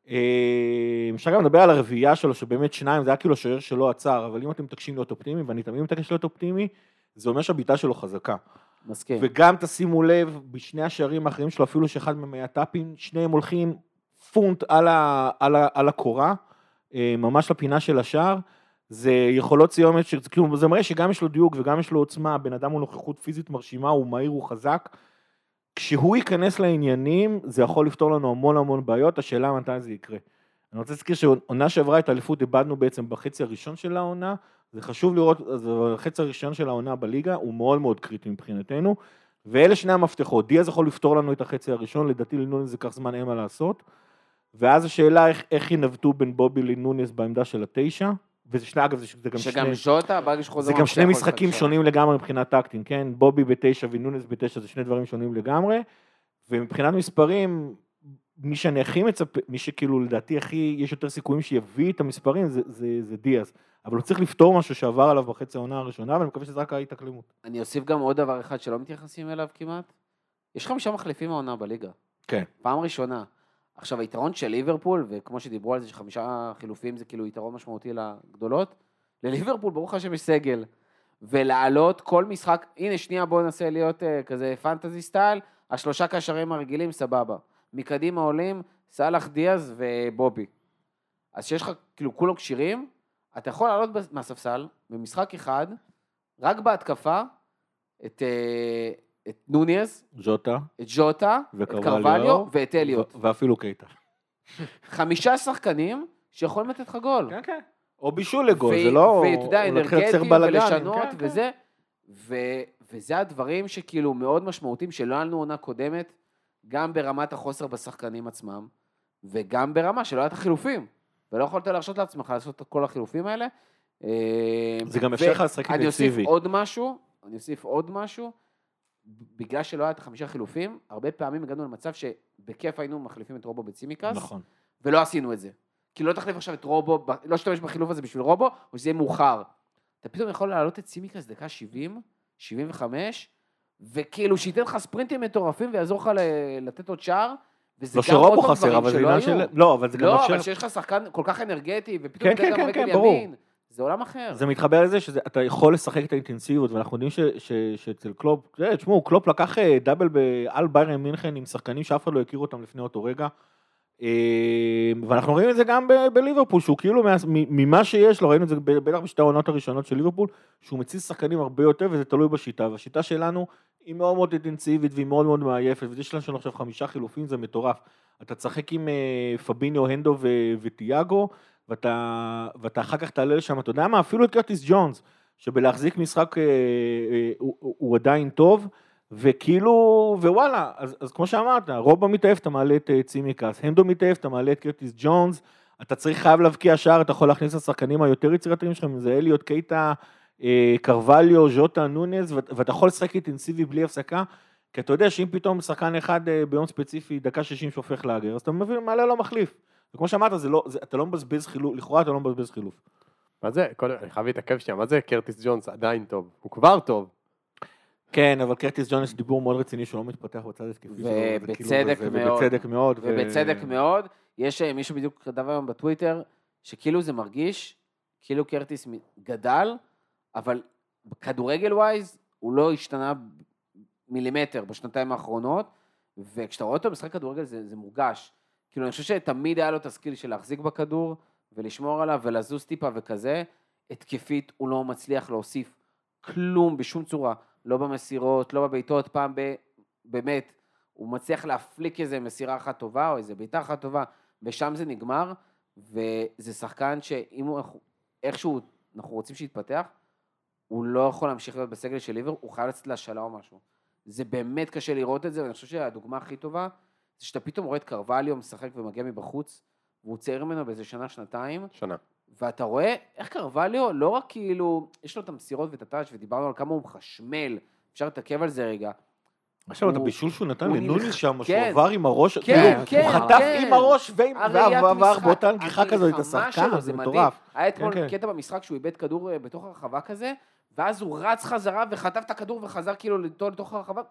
אפשר גם לדבר על הרביעייה שלו, שבאמת שניים, זה היה כאילו שוער שלא עצר, אבל אם אתם מתעקשים להיות אופטימי, ואני תמיד מתעקש להיות אופטימי, זה אומר שהביטה שלו חזקה. מסכים. וגם תשימו לב, בשני השערים האחרים שלו, אפילו שאחד מהטאפים, שניהם הולכים פונט על, ה, על, ה, על הקורה, ממש לפינה של השער, זה יכולות סיומת, כאילו, זה מראה שגם יש לו דיוק וגם יש לו עוצמה, בן אדם הוא נוכחות פיזית מרשימה, הוא מהיר, הוא חזק, כשהוא ייכנס לעניינים, זה יכול לפתור לנו המון המון בעיות, השאלה מתי זה יקרה. אני רוצה להזכיר שעונה שעברה את האליפות, איבדנו בעצם בחצי הראשון של העונה, זה חשוב לראות, החצי הראשון של העונה בליגה, הוא מאוד מאוד קריטי מבחינתנו, ואלה שני המפתחות, דיאז יכול לפתור לנו את החצי הראשון, לדעתי לנונס זה כך זמן אין מה לעשות, ואז השאלה איך, איך ינווטו בין בובי לנונס בעמדה של התשע, וזה שני, אגב, זה, זה גם שגם שני... ז'וטה, ברגע שחוזר... זה גם שני משחקים שונים לגמרי מבחינת טקטים, כן? בובי בתשע ונונס בתשע, זה שני דברים שונים לגמרי, ומבחינת מספרים, מי שאני הכי מצפה, מי שכאילו לדעתי הכי, יש יותר סיכויים שיביא את המספרים, זה, זה, זה דיאז. אבל הוא צריך לפתור משהו שעבר עליו בחצי העונה הראשונה, ואני מקווה שזה רק ההתאקלמות. אני אוסיף גם עוד דבר אחד שלא מתייחסים אליו כמעט. יש חמישה מחליפים העונה בליגה. כן. פעם ראשונה. עכשיו, היתרון של ליברפול, וכמו שדיברו על זה שחמישה חילופים זה כאילו יתרון משמעותי לגדולות, לליברפול ברוך השם יש סגל. ולעלות כל משחק, הנה שנייה בואו ננסה להיות uh, כזה פנטזי סטייל, השלושה קשרים הרגילים סבבה. מקדימה עולים, סלאח, דיאז ובובי. אז שיש לך כאילו כולם קשירים, אתה יכול לעלות מהספסל במשחק אחד, רק בהתקפה, את, uh, את נוניאז, ז'וטה, את ז'וטה, את קרווליו ואת אליוט. ואפילו קייטה. חמישה שחקנים שיכולים לתת לך גול. כן, כן. או בישול לגול, זה לא... ואתה יודע, אנרגטיים ולשנות וזה, וזה הדברים שכאילו מאוד משמעותיים, שלא היה לנו עונה קודמת, גם ברמת החוסר בשחקנים עצמם, וגם ברמה שלא היה את החילופים, ולא יכולת להרשות לעצמך לעשות את כל החילופים האלה. זה גם אפשר לך לשחק אינטנסיבי. אני אוסיף עוד משהו, אני אוסיף עוד משהו, בגלל שלא היה את החמישה חילופים, הרבה פעמים הגענו למצב שבכיף היינו מחליפים את רובו בצימקס, נכון. ולא עשינו את זה. כי לא תחליף עכשיו את רובו, לא שתמש בחילוף הזה בשביל רובו, או שזה יהיה מאוחר. אתה פתאום יכול לעלות את צימקס דקה שבעים, שבעים וחמש, וכאילו שייתן לך ספרינטים מטורפים ויעזור לך לתת עוד שער, וזה לא גם עוד שרובו חסר, אבל זה עניין של... לא, אבל זה גם לא, אפשר... אבל שיש לך שחקן כל כך אנרגטי, ופתאום כן, כן, אתה כן, רגל כן, ימין, זה עולם אחר. זה מתחבר לזה שאתה יכול לשחק את האינטנסיביות, ואנחנו יודעים שאצל קלופ, תשמעו, קלופ לקח דאבל על ביירן מינכן עם שחקנים שאף אחד לא הכיר אותם לפני אותו רגע, ואנחנו רואים את זה גם בליברפול, שהוא כאילו ממה שיש לו, ראינו את זה בטח בשתי העונות הראשונות של ליברפול, שהוא מציץ שחקנים הרבה יותר, וזה תלוי בשיטה, והשיטה שלנו היא מאוד מאוד אינטנסיבית, והיא מאוד מאוד מעייפת, וזה שלנו עכשיו חמישה חילופים, זה מטורף. אתה תשחק עם פביניו, הנדו וטיאגו, ואתה, ואתה אחר כך תעלה לשם, אתה יודע מה, אפילו את קרטיס ג'ונס, שבלהחזיק משחק הוא, הוא, הוא עדיין טוב, וכאילו, ווואלה, אז, אז כמו שאמרת, רובו מתעף, אתה מעלה את צימקס, הנדו מתעף, אתה מעלה את קרטיס ג'ונס, אתה צריך חייב להבקיע שער, אתה יכול להכניס לשחקנים היותר יצירתיים שלכם, זה אליוט, קייטה, קרווליו, ז'וטה, נונז, ואתה יכול לשחק אינטנסיבי בלי הפסקה, כי אתה יודע שאם פתאום שחקן אחד ביום ספציפי, דקה שישים שופך לאגר, אז אתה מבין, מעלה לא מחליף. וכמו שאמרת, זה לא, זה, אתה לא מבזבז חילוף, לכאורה אתה לא מבזבז חילוף. מה זה? אני חייב להתעכב שם, מה זה קרטיס ג'ונס עדיין טוב? הוא כבר טוב. כן, אבל קרטיס ג'ונס דיבור מאוד רציני שהוא לא מתפתח בצד התקפי שלו. ובצדק מאוד. ובצדק מאוד. ובצדק מאוד. יש מישהו בדיוק כתב היום בטוויטר, שכאילו זה מרגיש, כאילו קרטיס גדל, אבל בכדורגל ווייז, הוא לא השתנה מילימטר בשנתיים האחרונות, וכשאתה רואה אותו משחק כדורגל זה, זה מורגש. כאילו אני חושב שתמיד היה לו את הסקיל של להחזיק בכדור, ולשמור עליו ולזוז טיפה וכזה, התקפית הוא לא מצליח להוסיף כלום בשום צורה, לא במסירות, לא בביתות, פעם ב, באמת, הוא מצליח להפליק איזה מסירה אחת טובה, או איזה ביתה אחת טובה, ושם זה נגמר, וזה שחקן שאם הוא, איכשהו אנחנו רוצים שיתפתח, הוא לא יכול להמשיך להיות בסגל של ליבר, הוא חייב לצאת להשאלה או משהו. זה באמת קשה לראות את זה, ואני חושב שהדוגמה הכי טובה, זה שאתה פתאום רואה את קרווליו משחק ומגיע מבחוץ, והוא צעיר ממנו באיזה שנה, שנתיים. שנה. ואתה רואה איך קרווליו, לא רק כאילו, יש לו את המסירות ואת הטאץ' ודיברנו על כמה הוא מחשמל, אפשר לתעכב על זה רגע. עכשיו, אתה בישול שהוא נתן לנוניס שם, שהוא כן. עבר עם הראש, כן, כאילו, כן, הוא חטף כן. עם הראש ועבר משחק, באותה נגיחה כזו את השחקן, שלו, זה מדהים. מטורף. היה אתמול כן, כן. קטע במשחק שהוא איבד כדור בתוך הרחבה כזה, ואז הוא רץ חזרה וחטף את הכדור וחזר כאילו לתוך הרחבה.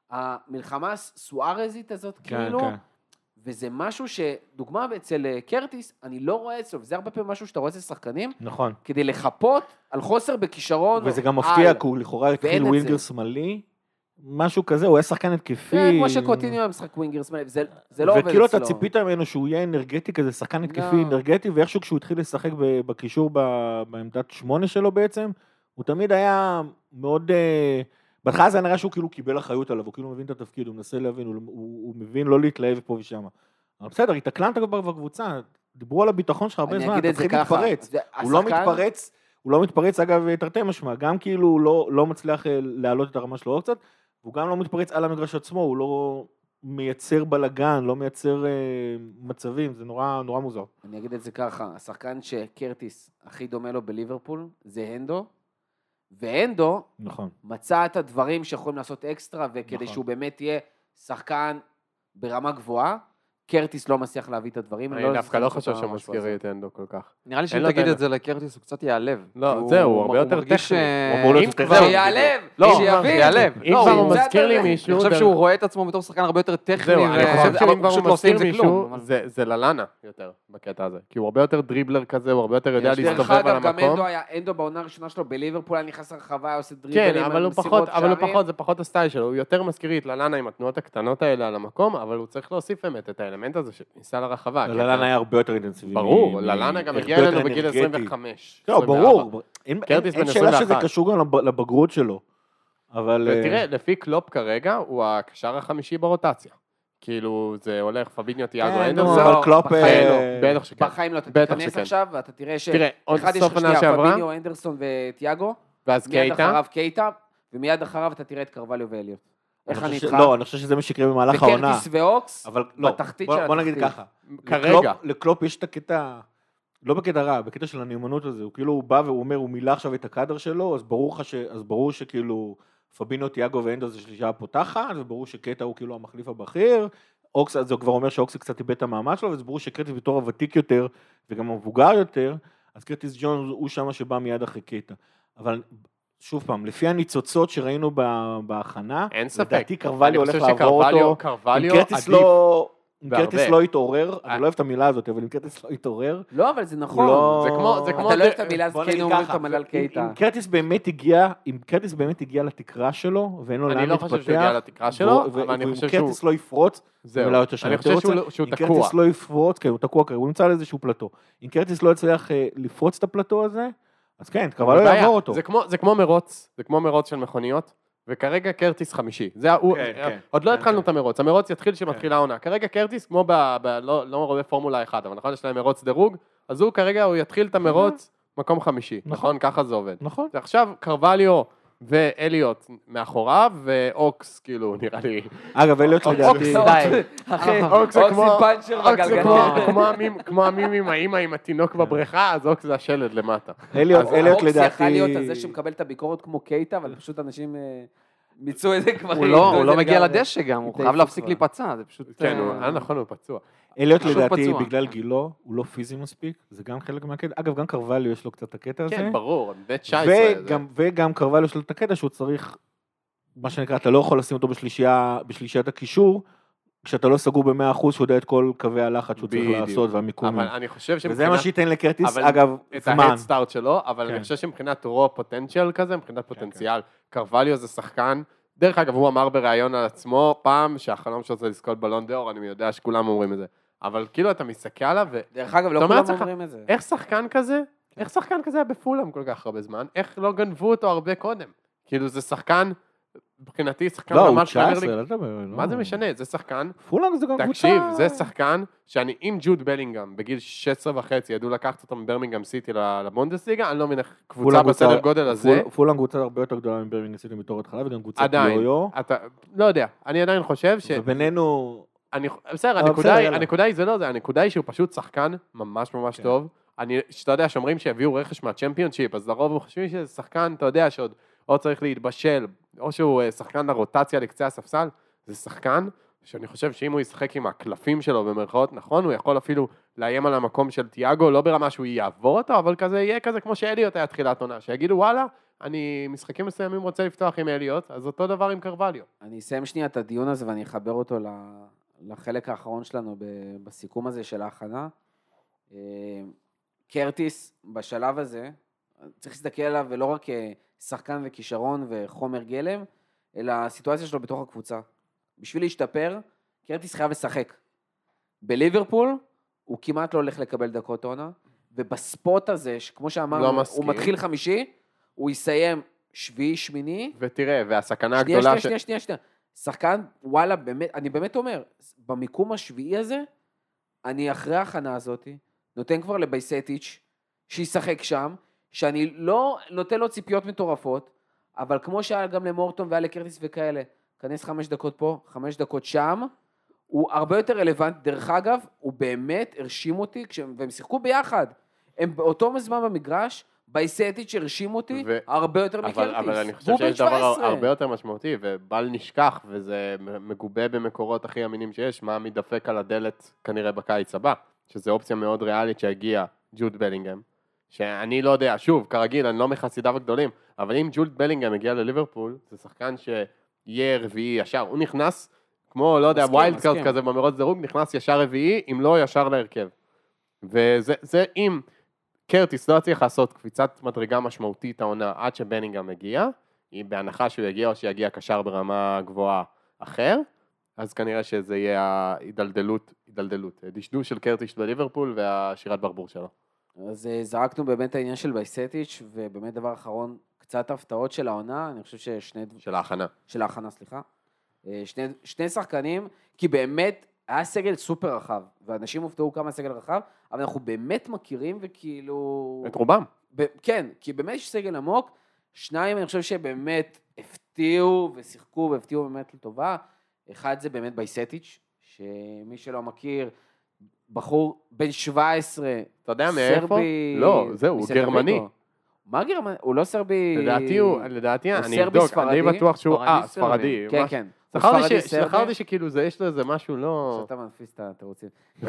המלחמה הסוארזית הזאת, כן, כאילו, כן. וזה משהו שדוגמה אצל קרטיס, אני לא רואה אצלו, וזה הרבה פעמים משהו שאתה רואה אצל שחקנים, נכון. כדי לחפות על חוסר בכישרון. וזה גם מפתיע, כי הוא לכאורה התחיל ווינגר שמאלי, משהו כזה, הוא היה שחקן התקפי. כן, כמו שקוטיניו היה משחק ווינגר שמאלי, זה לא עובד אצלו. וכאילו אתה ציפית ממנו שהוא יהיה אנרגטי כזה, שחקן התקפי אנרגטי, ואיכשהו כשהוא התחיל לשחק בקישור בעמדת שמונה שלו בעצם, הוא תמיד היה מאוד... בהתחלה זה נראה שהוא כאילו קיבל אחריות עליו, הוא כאילו מבין את התפקיד, הוא מנסה להבין, הוא, הוא, הוא מבין לא להתלהב פה ושם. אבל בסדר, התקלנת כבר בקבוצה, דיברו על הביטחון שלך הרבה זמן, אתה תתחיל להתפרץ. הוא השחקן... לא מתפרץ, הוא לא מתפרץ, אגב, תרתי משמע, גם כאילו הוא לא, לא מצליח להעלות את הרמה שלו עוד קצת, והוא גם לא מתפרץ על המגרש עצמו, הוא לא מייצר בלגן, לא מייצר אה, מצבים, זה נורא, נורא מוזר. אני אגיד את זה ככה, השחקן שקרטיס הכי דומה לו בליברפול, זה הנדו, והנדו נכון. מצא את הדברים שיכולים לעשות אקסטרה, וכדי נכון. שהוא באמת יהיה שחקן ברמה גבוהה, קרטיס לא מצליח להביא את הדברים. אני דווקא לא חושב שהוא מזכיר לי את אנדו כל כך. נראה לי שאם תגיד את זה לקרטיס, הוא קצת יעלב. לא, זהו, הוא הרבה יותר טכני. הוא אמור להיות יותר טכני. שיעלב, לא, שיבין. שיעלב. אם כבר הוא מזכיר לי מישהו... אני חושב שהוא רואה את עצמו בתור שחקן הרבה יותר טכני. זהו, אני חושב שאם כבר פשוט הוא לא עושה עם מזכיר זה כלום. מישהו, אבל- זה- זה ללאנה יותר בקטע הזה. כי הוא הרבה יותר דריבלר כזה, הוא הרבה יותר יודע דרך להסתובב על אגב, גם המקום. אנדו היה, אנדו בעונה הראשונה שלו בליברפול, היה נכנס לרחבה, היה עושה דריבלים, כן, אבל הוא מסירות פחות, אבל הוא שערים. פחות, זה פחות הסטייל שלו, הוא יותר מזכיר לי את ללאנה עם התנועות הקטנות האלה על המקום, אבל הוא צריך להוסיף באמת את האלמנט הזה שניסה לרחבה. כי ללאנה אתה- היה הרבה יותר אינטנסיבי. ברור, מ- ללאנה גם הרבה הגיע יותר אלינו בגיל אנרגטי. עשרים וחמש. לא, עשרים וארבע. ברור. אין קרטיס אין בן שאלה שזה עשרים ואחת. קשור גם לב- לבגרות שלו. אבל... אה, ותראה, לפי קלופ כרגע, הוא הקשר החמישי ברוטציה. כאילו, זה הולך פביניו, תיאגו, כן, אנדרסון. נו, אבל קלופ... בחיים אה, לא. בטח שכן. בחיים לא, אתה בטח תיכנס שכן. עכשיו, ואתה תראה ש... תראה, עוד אחד יש סוף לך עונה שנייה, שעברה, פביניו, אנדרסון וטיאגו, ואז מיד קייטה. אחריו קייטה, ומיד אחריו אתה תראה את קרווליו ואליוט. איך אני חושב איתך? ש- לא, אני חושב שזה מה שיקרה במהלך העונה. וקרטיס ואוקס, אבל לא, בתחתית בוא- של בוא נגיד התחתית. ככה. כרגע. לקלופ- לקלופ יש את הקטע, לא בקטע רע, בקטע של הנאמנות הזה, הוא כאילו הוא בא והוא אומר, הוא מילא עכשיו את הקאדר שלו, אז ברור לך ש... אז ברור שכאילו פבינו, תיאגו ואנדו זה שלישה הפותחת, וברור שקטע הוא כאילו המחליף הבכיר, אוקס, אז זה כבר אומר שאוקס קצת איבד את המעמד שלו, וזה ברור שקרטיס בתור הוותיק יותר, וגם המבוגר יותר, אז קרטיס ג'ונס הוא שמה שבא מיד אחרי קטע. אבל שוב פעם, לפי הניצוצות שראינו ב- בהכנה, אין ספק. לדעתי קרווליו אני הולך חושב לעבור שקרווליו- אותו, קרווליו אם קרטיס עדיף. לא... אם בהרבה. קרטיס לא יתעורר, אה. אני לא אוהב את המילה הזאת, אבל אם קרטיס לא יתעורר, לא, אבל זה נכון. לא- זה כמו- זה כמו- אתה לא אוהב את המילה הזאת, בוא כי נגיד היינו אומרים ככה, אותה מלא על אם- קייטה. אם קרטיס באמת הגיע, אם קרטיס באמת הגיע לתקרה שלו, ואין לו לאן אני להתפתח, לא חושב שהוא הגיע לתקרה שלו, ו- אבל אני ואם חושב שהוא... קרטיס לא יפרוץ, זהו. אולי יותר שאני אני יותר חושב שהוא רוצה, לא- שהוא אם תקוע. קרטיס לא יפרוץ, כן, הוא תקוע כרגע, הוא נמצא על איזשהו פלטו. אם קרטיס לא יצליח אה, לפרוץ את הפלטו הזה, אז כן, כבר לא בעיה. יעבור אותו. זה כמו, זה כמו מרוץ, זה כמו מרוץ של מכוניות, וכרגע קרטיס חמישי. זה הוא, כן, כן. עוד לא כן, התחלנו כן. את המרוץ, המרוץ יתחיל שמתחילה העונה. כרגע קרטיס, כמו ב... ב לא, לא רואה פורמולה אחת, אבל נכון, יש להם מרוץ דירוג, אז הוא כרגע, הוא יתחיל את המרוץ מקום חמישי. נכון, ככה זה עובד. נכון. ועכשיו קרווליו ואליוט מאחוריו, ואוקס, כאילו, נראה לי... אגב, אליוט לדעתי, די. אחי, אוקס זה כמו... אוקס עם פאנצ'ר אוקס זה בגלגלים. כמו- כמו המים- כמו המים עם האמא עם התינוק בבריכה, אז אוקס זה השלד למטה. אליוט אז אליוט אוקס יכל לדעתי, להיות הזה שמקבל את הביקורת כמו קייטה, אבל פשוט אנשים אה, מיצו את זה כבר. הוא לא, הוא לא מגיע לדשא גם, הוא התעייפו חייב להפסיק כבר. להיפצע, זה פשוט... כן, הוא אה, היה נכון, הוא פצוע. אליוט פשוט לדעתי, פצוע. בגלל גילו, הוא לא פיזי מספיק, זה גם חלק מהקטע. אגב, גם קרווליו יש לו קצת את הקטע הזה. כן, ברור, בית תשע עשרה. וגם, וגם קרווליו יש לו את הקטע שהוא צריך, מה שנקרא, אתה לא יכול לשים אותו בשלישייה, בשלישיית הקישור, כשאתה לא סגור ב-מאה אחוז שהוא יודע את כל קווי הלחץ שהוא צריך בדיוק. לעשות והמיקומים. אבל אני חושב וזה שמבחינת... מה שייתן לקרטיס, אבל אגב, את זמן. ההדסטארט שלו, אבל כן. אני חושב שמבחינת רו פוטנציאל כזה, מבחינת פוטנציאל, קרווליו זה שחקן, דרך אגב, הוא אמר בריאיון על עצמו פעם, שהחלום שלו זה לזכות בלון דאור, אני יודע שכולם אומרים את זה. אבל כאילו אתה מסתכל עליו, דרך אגב, לא אתה אומר כולם לעצמך, אומרים את זה. ואיך שחקן כזה, איך שחקן כזה היה בפולאם כל כך הרבה זמן, איך לא גנבו אותו הרבה קודם? כאילו זה שחקן, מבחינתי שחקן לא, הוא ממש פרמייר תשע עשרה, ליג. לא תדבר. לא. מה זה משנה? זה שחקן פולאם זה גם קבוצה. תקשיב, זה שחקן שאני, אם ג'וד בלינגהם בגיל שש עשרה וחצי ידעו לקחת אותו מברמינגהם סיטי לבונדסליגה, אני לא מבין איך קבוצה פולאם בסדר גודל הזה, פול- פולאם קבוצה הרבה יותר גדולה מברמינגהם סיטי בתור התחלה, וגם קבוצת עדיין, יו-יו. אתה, לא יודע, אני עדיין חושב ש... ובינינו, אני, בסדר, אבל הנקודה בסדר, היא, יאללה. הנקודה היא זה לא זה, הנקודה היא שהוא פשוט שחקן ממש ממש כן. טוב, אני, שאתה יודע, שאומרים שהביאו רכש מהצ'מפיונשיפ, אז לרוב הם חושבים שזה שחקן, אתה יודע, שעוד או צריך להתבשל, או שהוא אה, שחקן לרוטציה לקצה הספסל, זה שחקן שאני חושב שאם הוא ישחק עם הקלפים שלו במרכאות, נכון, הוא יכול אפילו לאיים על המקום של תיאגו, לא ברמה שהוא יעבור אותו, אבל כזה יהיה כזה כמו שאליוט היה תחילת עונה, שיגידו וואלה, אני משחקים מסוימים רוצה לפתוח עם אליוט, אז אותו דבר עם קרווליו. אני אסיים שנייה את הדיון הזה ואני אחבר אותו ל- לחלק האחרון שלנו ב- בסיכום הזה של ההכנה. אה, קרטיס בשלב הזה, צריך להסתכל עליו ולא רק כשחקן וכישרון וחומר גלם, אלא הסיטואציה שלו בתוך הקבוצה. בשביל להשתפר, קרטיס חייב לשחק. בליברפול הוא כמעט לא הולך לקבל דקות עונה, ובספוט הזה, כמו שאמרנו, לא הוא מסכים. מתחיל חמישי, הוא יסיים שביעי, שמיני, ותראה, והסכנה שנייה, הגדולה שנייה, שנייה, שנייה, שנייה. שחקן, וואלה, באמת, אני באמת אומר, במיקום השביעי הזה, אני אחרי ההכנה הזאת, נותן כבר לבייסטיץ' שישחק שם, שאני לא נותן לו ציפיות מטורפות, אבל כמו שהיה גם למורטון והיה לקרטיס וכאלה, כנס חמש דקות פה, חמש דקות שם, הוא הרבה יותר רלוונט, דרך אגב, הוא באמת הרשים אותי, כשהם, והם שיחקו ביחד, הם באותו זמן במגרש, בייסטיץ' הרשים אותי ו- הרבה יותר אבל, מקרטיס. אבל אני חושב והוא בן שיש דבר שבע עשרה. הרבה יותר משמעותי, ובל נשכח, וזה מגובה במקורות הכי אמינים שיש, מה מתדפק על הדלת כנראה בקיץ הבא, שזו אופציה מאוד ריאלית שהגיעה ג'וד בלינגהם, שאני לא יודע, שוב, כרגיל, אני לא מחסידיו הגדולים, אבל אם ג'וד בלינגהם הגיע לליברפול, זה שחקן שיהיה רביעי ישר, הוא נכנס, כמו, לא יודע, מסכים, ווילד קארד מסכים. כזה במרוץ דירוג, נכנס ישר רביעי, אם לא ישר להרכב. וזה, זה אם קרטיס לא צריך לעשות קפיצת מדרגה משמעותית העונה עד שבלינגהם מגיע, היא בהנחה שהוא יגיע או שיגיע קשר ברמה גבוהה אחר, אז כנראה שזה יהיה ההידלדלות, הידלדלות, דשדוש של קרטיס בליברפול והשירת ברבור שלו. אז אה, זרקנו באמת העניין של בייסטיץ', ובאמת דבר אחרון, קצת הפתעות של העונה, אני חושב ששני... של ההכנה. של ההכנה, סליחה. אה, שני, שני שחקנים, כי באמת היה סגל סופר רחב, ואנשים הופתעו כמה סגל רחב, אבל אנחנו באמת מכירים וכאילו... את רובם. ב- כן, כי באמת יש סגל עמוק, שניים אני חושב שבאמת הפתיעו ושיחקו והפתיעו באמת לטובה, אחד זה באמת בייסטיץ', שמי שלא מכיר, בחור בן שבע עשרה, אתה יודע מאיפה? סרבי... לא, זהו, הוא מסלטה גרמני. ויגו. מה גרמני? הוא לא סרבי... לדעתי הוא, לדעתי, הוא אני סרבי אבדוק, ספרדי? אני בטוח שהוא, ספרדי אה, סרבי. ספרדי. כן, מה- כן. הוא זכרתי ספרדי ש- סרבי. זכרתי שכאילו זה, יש לו איזה משהו לא... שאתה מנפיס את התירוצים.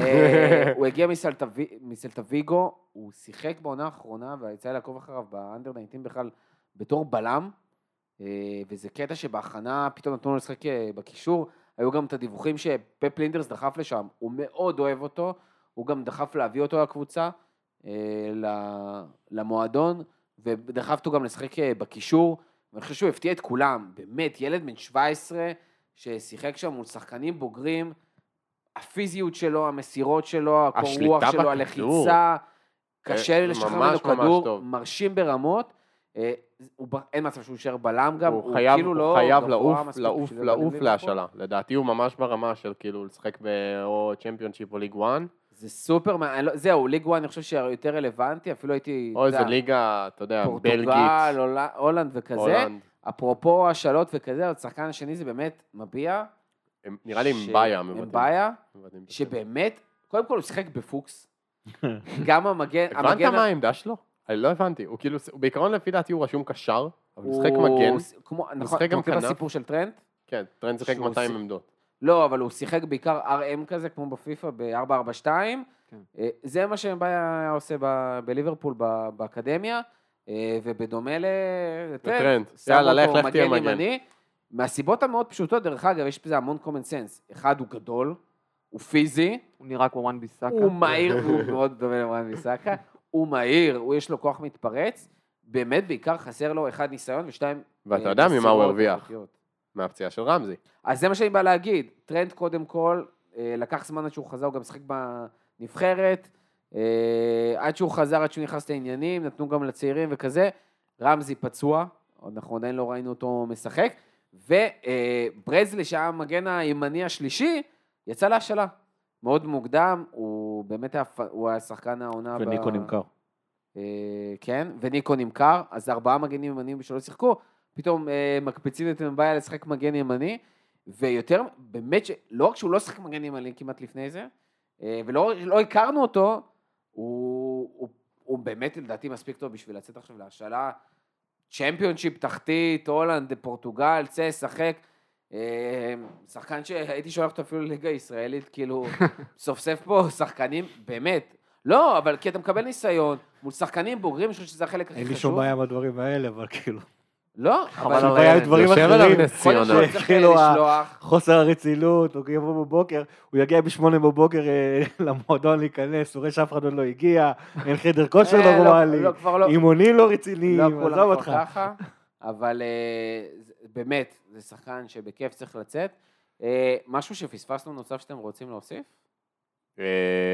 אה, הוא הגיע מסלטה וי- מסלטה ויגו, הוא שיחק בעונה האחרונה, ויצא לי לעקוב אחריו באנדר תשע עשרה בכלל בתור בלם, אה, וזה קטע שבהכנה פתאום נתנו לו לשחק אה, בקישור, היו גם את הדיווחים שפפ לינדרס דחף לשם, הוא מאוד אוהב אותו, הוא גם דחף להביא אותו לקבוצה, אה, ל- למועדון, ודחף אותו גם לשחק אה, בקישור, ואני חושב שהוא הפתיע את כולם, באמת, ילד בן שבע עשרה, ששיחק שם מול שחקנים בוגרים, הפיזיות שלו, המסירות שלו, הקור השליטה רוח שלו, בכדור. הלחיצה, קשה זה לשחרר ממש ממנו ממש כדור, טוב. מרשים ברמות, אה, הוא ב- אין מצב שהוא יישאר בלם גם, הוא הוא חייב, כאילו הוא לא חייב גבוה לעוף, מספיק לעוף, בשביל לעוף להיות בליברפול. להשאלה. לדעתי הוא ממש ברמה של כאילו לשחק או צ'מפיונשיפ או ליג וואן, זה סופר, מה- אני לא- זהו, ליג וואן אני חושב שיותר רלוונטי, אפילו הייתי, או אתה איזה יודע, ליגה, אתה יודע, בלגית, פורטוגל, הול- הולנד וכזה, הולנד. אפרופו השאלות וכזה, השחקן השני זה באמת מביע, הם- נראה לי ש- מבעיה מבטאים. מבעיה, מבטאים. שבאמת, קודם כל הוא שיחק בפוקס, גם המגן, הבנת המגן, מה העמדה שלו? אני לא הבנתי, הוא כאילו, הוא בעיקרון לפי דעתי הוא רשום קשר, אבל הוא משחק הוא- מגן, כמו, נכון, משחק גם אתה מכיר את כנף. הסיפור של טרנט? כן, טרנד שיחק שהוא מאתיים עושה- עמדות. לא, אבל הוא שיחק בעיקר אר אם כזה, כמו בפיפה, ב-ארבע ארבע שתיים. כן. אה, זה מה שבעיה היה עושה ב- בליברפול ב- באקדמיה, אה, ובדומה לטרנט. לטרנט. שם יאללה, אותו לך, לך תהיה מגן מגן. ימני. מהסיבות המאוד פשוטות, דרך אגב, יש בזה המון common sense. אחד, הוא גדול, הוא פיזי, הוא נראה כמו וואן ביסאקה. הוא מהיר, הוא מאוד דומה למרן ביסאקה, הוא מהיר, הוא יש לו כוח מתפרץ, באמת בעיקר חסר לו אחד ניסיון ושתיים... ואתה אה, יודע ממה הוא מסירות הרוויח. איכותיות. מהפציעה של רמזי. אז זה מה שאני בא להגיד, טרנד קודם כל, אה, לקח זמן עד שהוא חזר, הוא גם שחק בנבחרת, אה, עד שהוא חזר, עד שהוא נכנס לעניינים, נתנו גם לצעירים וכזה, רמזי פצוע, עוד אנחנו עדיין לא ראינו אותו משחק, וברזלי, שהיה המגן הימני השלישי, יצא להשאלה, מאוד מוקדם, הוא באמת היה, הוא היה שחקן העונה, וניקו נמכר. אה, כן, וניקו נמכר, אז ארבעה מגנים ימניים שלא שיחקו, פתאום אה, מקפיצים את מבעיה לשחק מגן ימני, ויותר, באמת, לא רק שהוא לא שחק מגן ימני כמעט לפני זה, אה, ולא לא הכרנו אותו, הוא, הוא, הוא באמת לדעתי מספיק טוב בשביל לצאת עכשיו להשאלה, צ'מפיונשיפ תחתית, הולנד, פורטוגל, צא, שחק, אה, שחקן שהייתי שולח אותו אפילו לליגה הישראלית, כאילו, סוף סוף פה שחקנים, באמת, לא, אבל כי אתה מקבל ניסיון, מול שחקנים בוגרים, אני חושב שזה החלק הכי אין חשוב. לי שום בעיה עם הדברים האלה, אבל כאילו... לא, חבל אבל... על בעיה עם הילד. דברים יושב אחרים. עליו נס קודם ציונה. כל צריך כאילו, ה- לשלוח, חוסר הרצינות, הוא יבוא בבוקר, הוא יגיע בשמונה בבוקר אה, למועדון להיכנס, הוא רואה שאף אחד עוד לא הגיע, אין חדר כושר אה, לא, נורמלי, לא, כבר לא- אימונים לא רציניים, לא עזוב כולם אותך. כבר ככה, אבל אה, זה- באמת, זה שחקן שבכיף צריך לצאת. אה, משהו שפספסנו נוסף שאתם רוצים להוסיף? אה,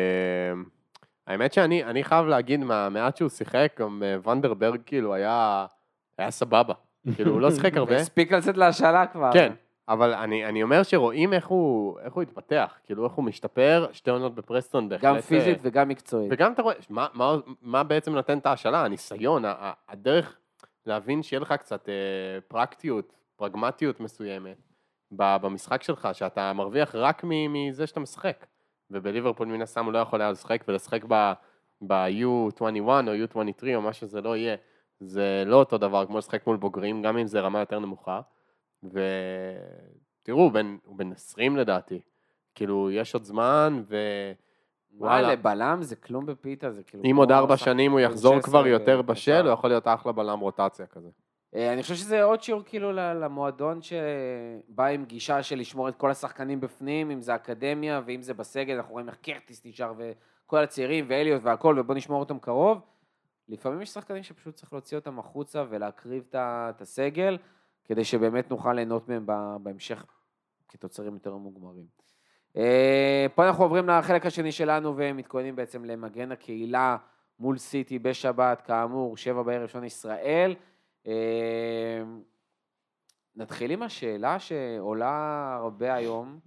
האמת שאני אני חייב להגיד, מהמעט שהוא שיחק, גם אה, ונדרברג כאילו היה היה סבבה. כאילו, הוא לא שיחק הרבה. הספיק לצאת להשאלה כבר. כן, אבל אני אני אומר שרואים איך הוא איך הוא התפתח, כאילו איך הוא משתפר, שתי עונות בפרסטון בהחלט. גם פיזית וגם מקצועית. וגם אתה רואה, מה, מה, מה בעצם נותן את ההשאלה? הניסיון, ה- ה- הדרך להבין שיהיה לך קצת אה, פרקטיות, פרגמטיות מסוימת ב- במשחק שלך, שאתה מרוויח רק מ- מזה שאתה משחק. ובליברפול מן הסתם הוא לא יכול היה לשחק, ולשחק ב- ב-יו עשרים ואחת או יו עשרים ושלוש או מה שזה לא יהיה, זה לא אותו דבר כמו לשחק מול בוגרים, גם אם זה רמה יותר נמוכה. ותראו, הוא בן, הוא בן עשרים לדעתי. כאילו, יש עוד זמן, ו... וואלה, לבלם זה כלום בפיתה, זה כאילו... אם עוד ארבע שנים הוא יחזור כבר יותר ב- בשל, הוא יכול להיות אחלה בלם רוטציה כזה. אה, אני חושב שזה עוד שיעור כאילו ל- למועדון שבא עם גישה של לשמור את כל השחקנים בפנים, אם זה אקדמיה ואם זה בסגל, אנחנו רואים איך קרטיס נשאר וכל הצעירים ואליוט והכל, ובוא נשמור אותם קרוב. לפעמים יש שחקנים שפשוט צריך להוציא אותם החוצה ולהקריב את ה- את הסגל, כדי שבאמת נוכל ליהנות מהם ב- בהמשך כתוצרים יותר מוגמרים. אה, פה אנחנו עוברים לחלק השני שלנו ומתכוננים בעצם למגן הקהילה מול סיטי בשבת, כאמור, שבע בערב שעון ישראל. נתחיל עם השאלה שעולה הרבה היום,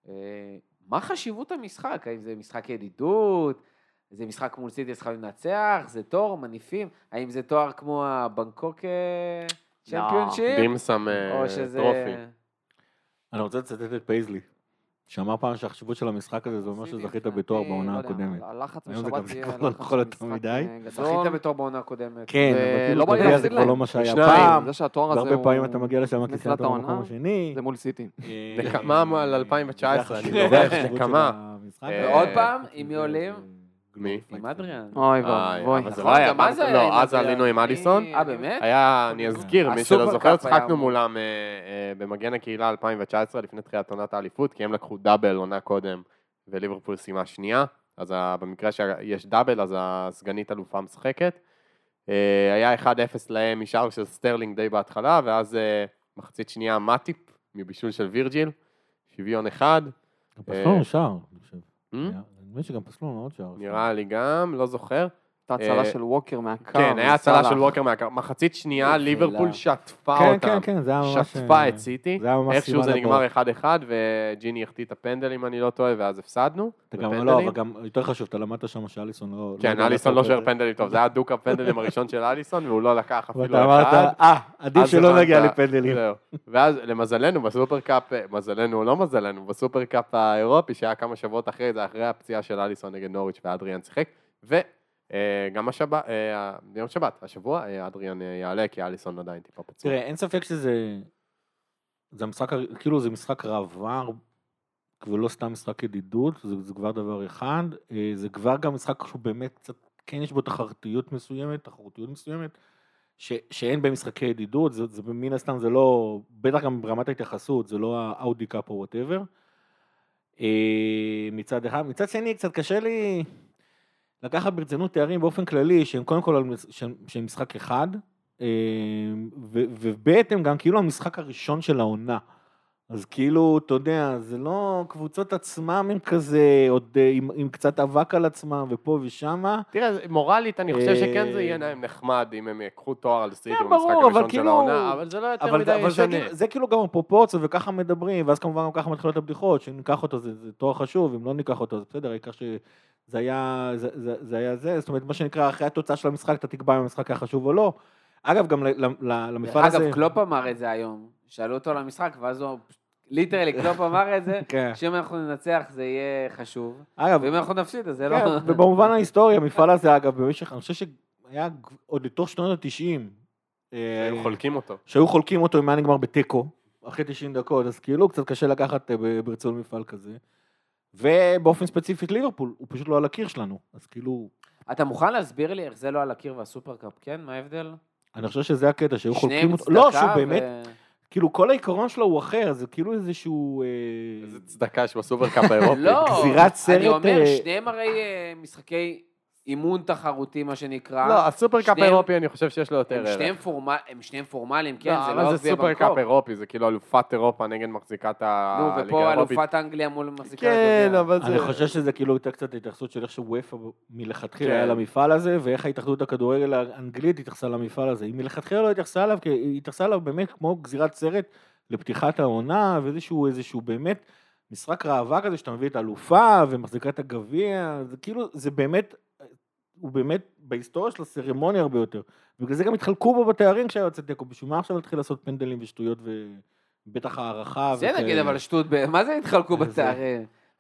מה חשיבות המשחק? האם זה משחק ידידות? זה משחק מול סיטי, צריכה לנצח? זה תואר, מניפים? האם זה תואר כמו הבנקוק צ'מפיונשיפ? דימסם או שזה... טרופי. אני רוצה לצטט את פייזלי, שאמר פעם שהחשיבות של המשחק הזה, זה אומר שזכית בתואר בעונה הקודמת. הלחץ היום זה בשבת גם יהיה יכול לחץ יכול להיות של יותר משחק, מדי. אה, גדול. זכית בתואר בעונה הקודמת. כן, אבל ולא כאילו, בא אתה לי יודע, להפסיד זה כבר לא להם. מה שהיה שניים. פעם. זה שהתואר הזה והרבה הוא... פעמים אתה מגיע לשם כי מתחילת סיימת במקום העונה, השני. זה מול סיטי. נקמה על אלפיים תשע עשרה, אני זה דורש החשיבות של נקמה. המשחק. אה, ועוד פעם, עם מי עולים? מי? עם אדריאן. אוי אה, ואבוי. אבל זה נכון, לא היה, גם אז זה היה עם לא, אז אדריאן. עלינו עם אליסון. אה, באמת? היה, אני אזכיר, מי שלא הסופר זוכר, קאפ היה צחקנו מול- מולם אה, אה, במגן הקהילה אלפיים תשע עשרה לפני תחילת עונת האליפות, כי הם לקחו דאבל עונה קודם וליברפול סיימה שנייה, אז ה- במקרה שיש דאבל, אז הסגנית אלופה משחקת. אה, היה אחד אפס להם משאר של סטרלינג די בהתחלה, ואז אה, מחצית שנייה מטיפ מבישול של וירג'יל, שוויון אחד. גם פסלו לנו שער, אני חושב. Hmm? היה- אני מבין שגם פסלו לנו עוד שער. נראה לי גם, לא זוכר. הייתה הצלה אה, של ווקר מהקו. כן, היה הצלה וסאלח. של ווקר מהקר. מחצית שנייה, ליברפול נפילה. שטפה כן, אותם. כן, כן, זה היה ממש... שטפה את סיטי. זה היה ממש איכשהו סימן זה לבאות. נגמר אחד אחד, וג'יני החטיא את הפנדל, אם אני לא טועה, ואז הפסדנו. אתה גם, בפנדלים. לא, אבל גם יותר חשוב, אתה למדת שם שאליסון לא... כן, יודע אליסון לא לעשות שוער את זה. פנדלים טוב, זה היה דוק הפנדלים הראשון של אליסון, והוא לא לקח אפילו ואתה אמרת, אחד. אה, עדיף אז שלא הבנת- נגיע לפנדלים. זהו. ואז למזלנו, בסופרקאפ, מזלנו או לא מזלנו, בסופרקאפ האירופי, שהיה כמה שבועות אחרי זה, אחרי הפציעה של אליסון נגד נוריץ' ואדריאן שיחק, וגם השבת, ביום שבת, השבוע, אה, אדריאן אה, יעלה, כי אליסון עדיין טיפה פצוע. תראה, אין ספק שזה... זה משחק, כאילו זה משחק רעבר, ולא סתם משחק ידידות, זה, זה כבר דבר אחד, אה, זה כבר גם משחק שהוא באמת קצת, כן יש בו תחרותיות מסוימת, תחרותיות מסוימת, ש, שאין במשחקי ידידות, זה, זה מן הסתם זה לא, בטח גם ברמת ההתייחסות, זה לא האאודי קאפ או וואטאבר, מצד אחד, מצד שני קצת קשה לי לקחת ברצינות תארים באופן כללי, שהם קודם כל שהם, שהם משחק אחד, ובעצם גם כאילו המשחק הראשון של העונה, אז כאילו, אתה יודע, זה לא, קבוצות עצמם הם כזה, עוד עם, עם קצת אבק על עצמם, ופה ושמה. תראה, מורלית, אני חושב שכן זה יהיה להם נחמד, אם הם יקחו תואר על סיטי במשחק הראשון של העונה, אבל זה לא יותר מדי ישנה. זה כאילו גם הפרופורציות, וככה מדברים, ואז כמובן גם ככה מתחילות הבדיחות, שאם ניקח אותו זה תואר חשוב, אם לא ניקח אותו, זה בסדר, העיקר שזה היה זה, זאת אומרת, מה שנקרא, אחרי התוצאה של המשחק, אתה תקבע אם המשחק היה חשוב או לא. אגב, גם למפעל הזה... אגב, קלופ אמר את זה היום, שאלו אותו על המשחק, ואז הוא... ליטרלי, קלופ אמר את זה, שאם אנחנו ננצח זה יהיה חשוב, ואם אנחנו נפסיד אז זה לא... ובמובן ההיסטוריה, המפעל הזה אגב, במשך, אני חושב שהיה עוד לתוך שנות ה-תשעים, שהיו חולקים אותו. שהיו חולקים אותו אם היה נגמר בטקו, אחרי תשעים דקות, אז כאילו קצת קשה לקחת ברצון מפעל כזה, ובאופן ספציפית ליברפול, הוא פשוט לא על הקיר שלנו, אז כאילו... אתה מוכן להסביר לי איך זה לא על הקיר והסופרקאפ, כן? מה ההבדל? אני חושב שזה הקטע, שהיו חולקים שניהם אותו, לא, שהוא צדקה באמת... ו... כאילו כל העיקרון שלו הוא אחר, זה כאילו איזשהו... איזה צדקה יש בסופרקאפ האירופי. לא, גזירת סרט... אני אומר, שניהם הרי משחקי אימון תחרותי, מה שנקרא. לא, הסופרקאפ האירופי אני חושב שיש לו יותר ערך. הם שניהם פורמליים, כן, זה לא, לא אבל זה סופרקאפ אירופי, זה כאילו אלופת אירופה נגד מחזיקת הליגה האירופית. נו, ופה אלופת אנגליה מול מחזיקת... כן, אבל זה... אני חושב שזה כאילו יותר קצת התייחסות של איך שוופא מלכתחילה היה למפעל הזה, ואיך ההתאחדות הכדורגל האנגלית התייחסה למפעל הזה. היא מלכתחילה לא התייחסה עליו, כי היא התייחסה עליו באמת כמו גזירת סרט לפתיחת העונה, ואיזשהו איזשהו באמת משחק ראווה כזה, שאתה מביא את האלופה ומחזיקת הגביע, זה כאילו, זה באמת, הוא באמת בהיסטוריה של הסרמוניה הרבה יותר, ובגלל זה גם התחלקו בו בתארים כשהיה יוצא תיקו, בשביל מה עכשיו להתחיל לעשות פנדלים ושטויות ובטח הערכה. זה נגיד אבל שטות, מה זה התחלקו בתארים?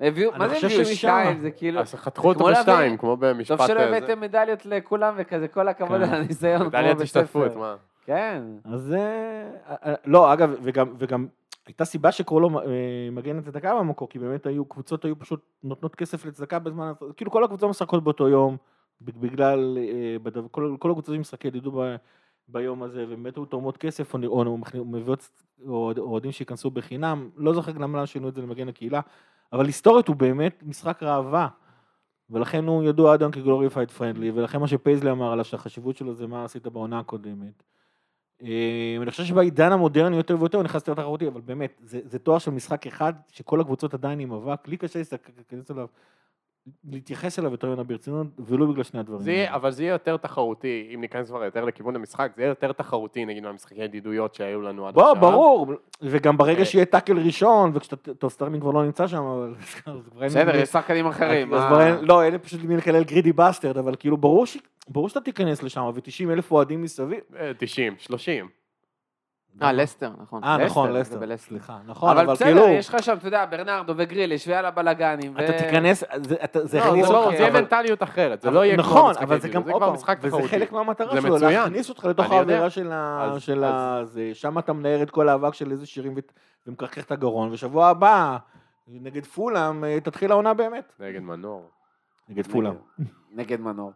הביאו, אני מה זה חושב הביאו שמשם- שתיים? זה כאילו... אז חתכו אותו כמו להביא- בשתיים, כמו במשפט... טוב שלא הזה. הבאתם מדליות לכולם וכזה, כל הכבוד כן. על הניסיון, כמו מדליית בספר. השתתפות, מה? כן. אז אה, אה, לא, אגב, וגם, וגם הייתה סיבה שקראו לו אה, מגן הצדקה במקור, כי באמת היו, קבוצות היו פשוט נותנות כסף לצדקה בזמן, כאילו כל הקבוצות משחקות באותו יום, בגלל, אה, בדבר, כל, כל הקבוצות משחקי ידידו ב, ביום הזה, ובאמת היו תורמות כסף, או, או, או, או מביאות אוהדים שייכנסו בחינם, לא זוכר גם למה שינו את זה למגן הקהילה, אבל היסטורית הוא באמת משחק ראווה, ולכן הוא ידוע עד היום כגלוריפייד פרנדלי, ולכן מה שפייזלי אמר על החשיבות שלו זה מה עשית בעונה הקודמת. אני חושב שבעידן המודרני יותר ויותר הוא נכנס יותר תחרותי, אבל באמת, זה, זה תואר של משחק אחד, שכל הקבוצות עדיין עם אבק, לי קשה להסתכל עליו, להתייחס אליו יותר ברצינות, ולא בגלל שני הדברים. זה יהיה, אבל זה יהיה יותר תחרותי, אם ניכנס כבר יותר לכיוון המשחק, זה יהיה יותר תחרותי, נגיד, מהמשחקי ידידויות שהיו לנו עד בוא, עכשיו. ברור, וגם ברגע שיהיה טאקל ראשון, וכשטוב סטרלינג כבר לא נמצא שם, אבל... בסדר, יש שחקנים אחרים. אז מה- כבר אין- לא, אין פשוט מי לקלל גרידי בסטרד, אבל כאילו ברור ש- ברור שאתה תיכנס לשם, ו-תשעים אלף אוהדים מסביב. אה, תשעים, שלושים. אה, לסטר, נכון. אה, נכון, לסטר, לסטר, זה בלסטר. סליחה, נכון, אבל אבל בסדר, כאילו, יש לך שם, אתה יודע, ברנרדו וגריליש ויאללה בלאגנים. אתה תיכנס, זה- אתה- זה לא, יכניס זה לא- אותך, זה יהיה אבל- מנטליות אחרת, זה לא יהיה כמו נכון, המשחק אבל זה ידידות, גם, זה עוד כבר פעם, משחק וזה תחרותי. חלק מהמטרה זה שלו, מצוין. להכניס אותך לתוך אני יודע. האווירה של ה... אז- של אז- ה... זה, שם אתה מנער את כל האבק של איזה שירים ות- ומקרקח את הגרון, ושבוע הבא, נגד פולאם, אה, תתחיל העונה באמת. נגד מנור. נגד פולאם. נגד מנור.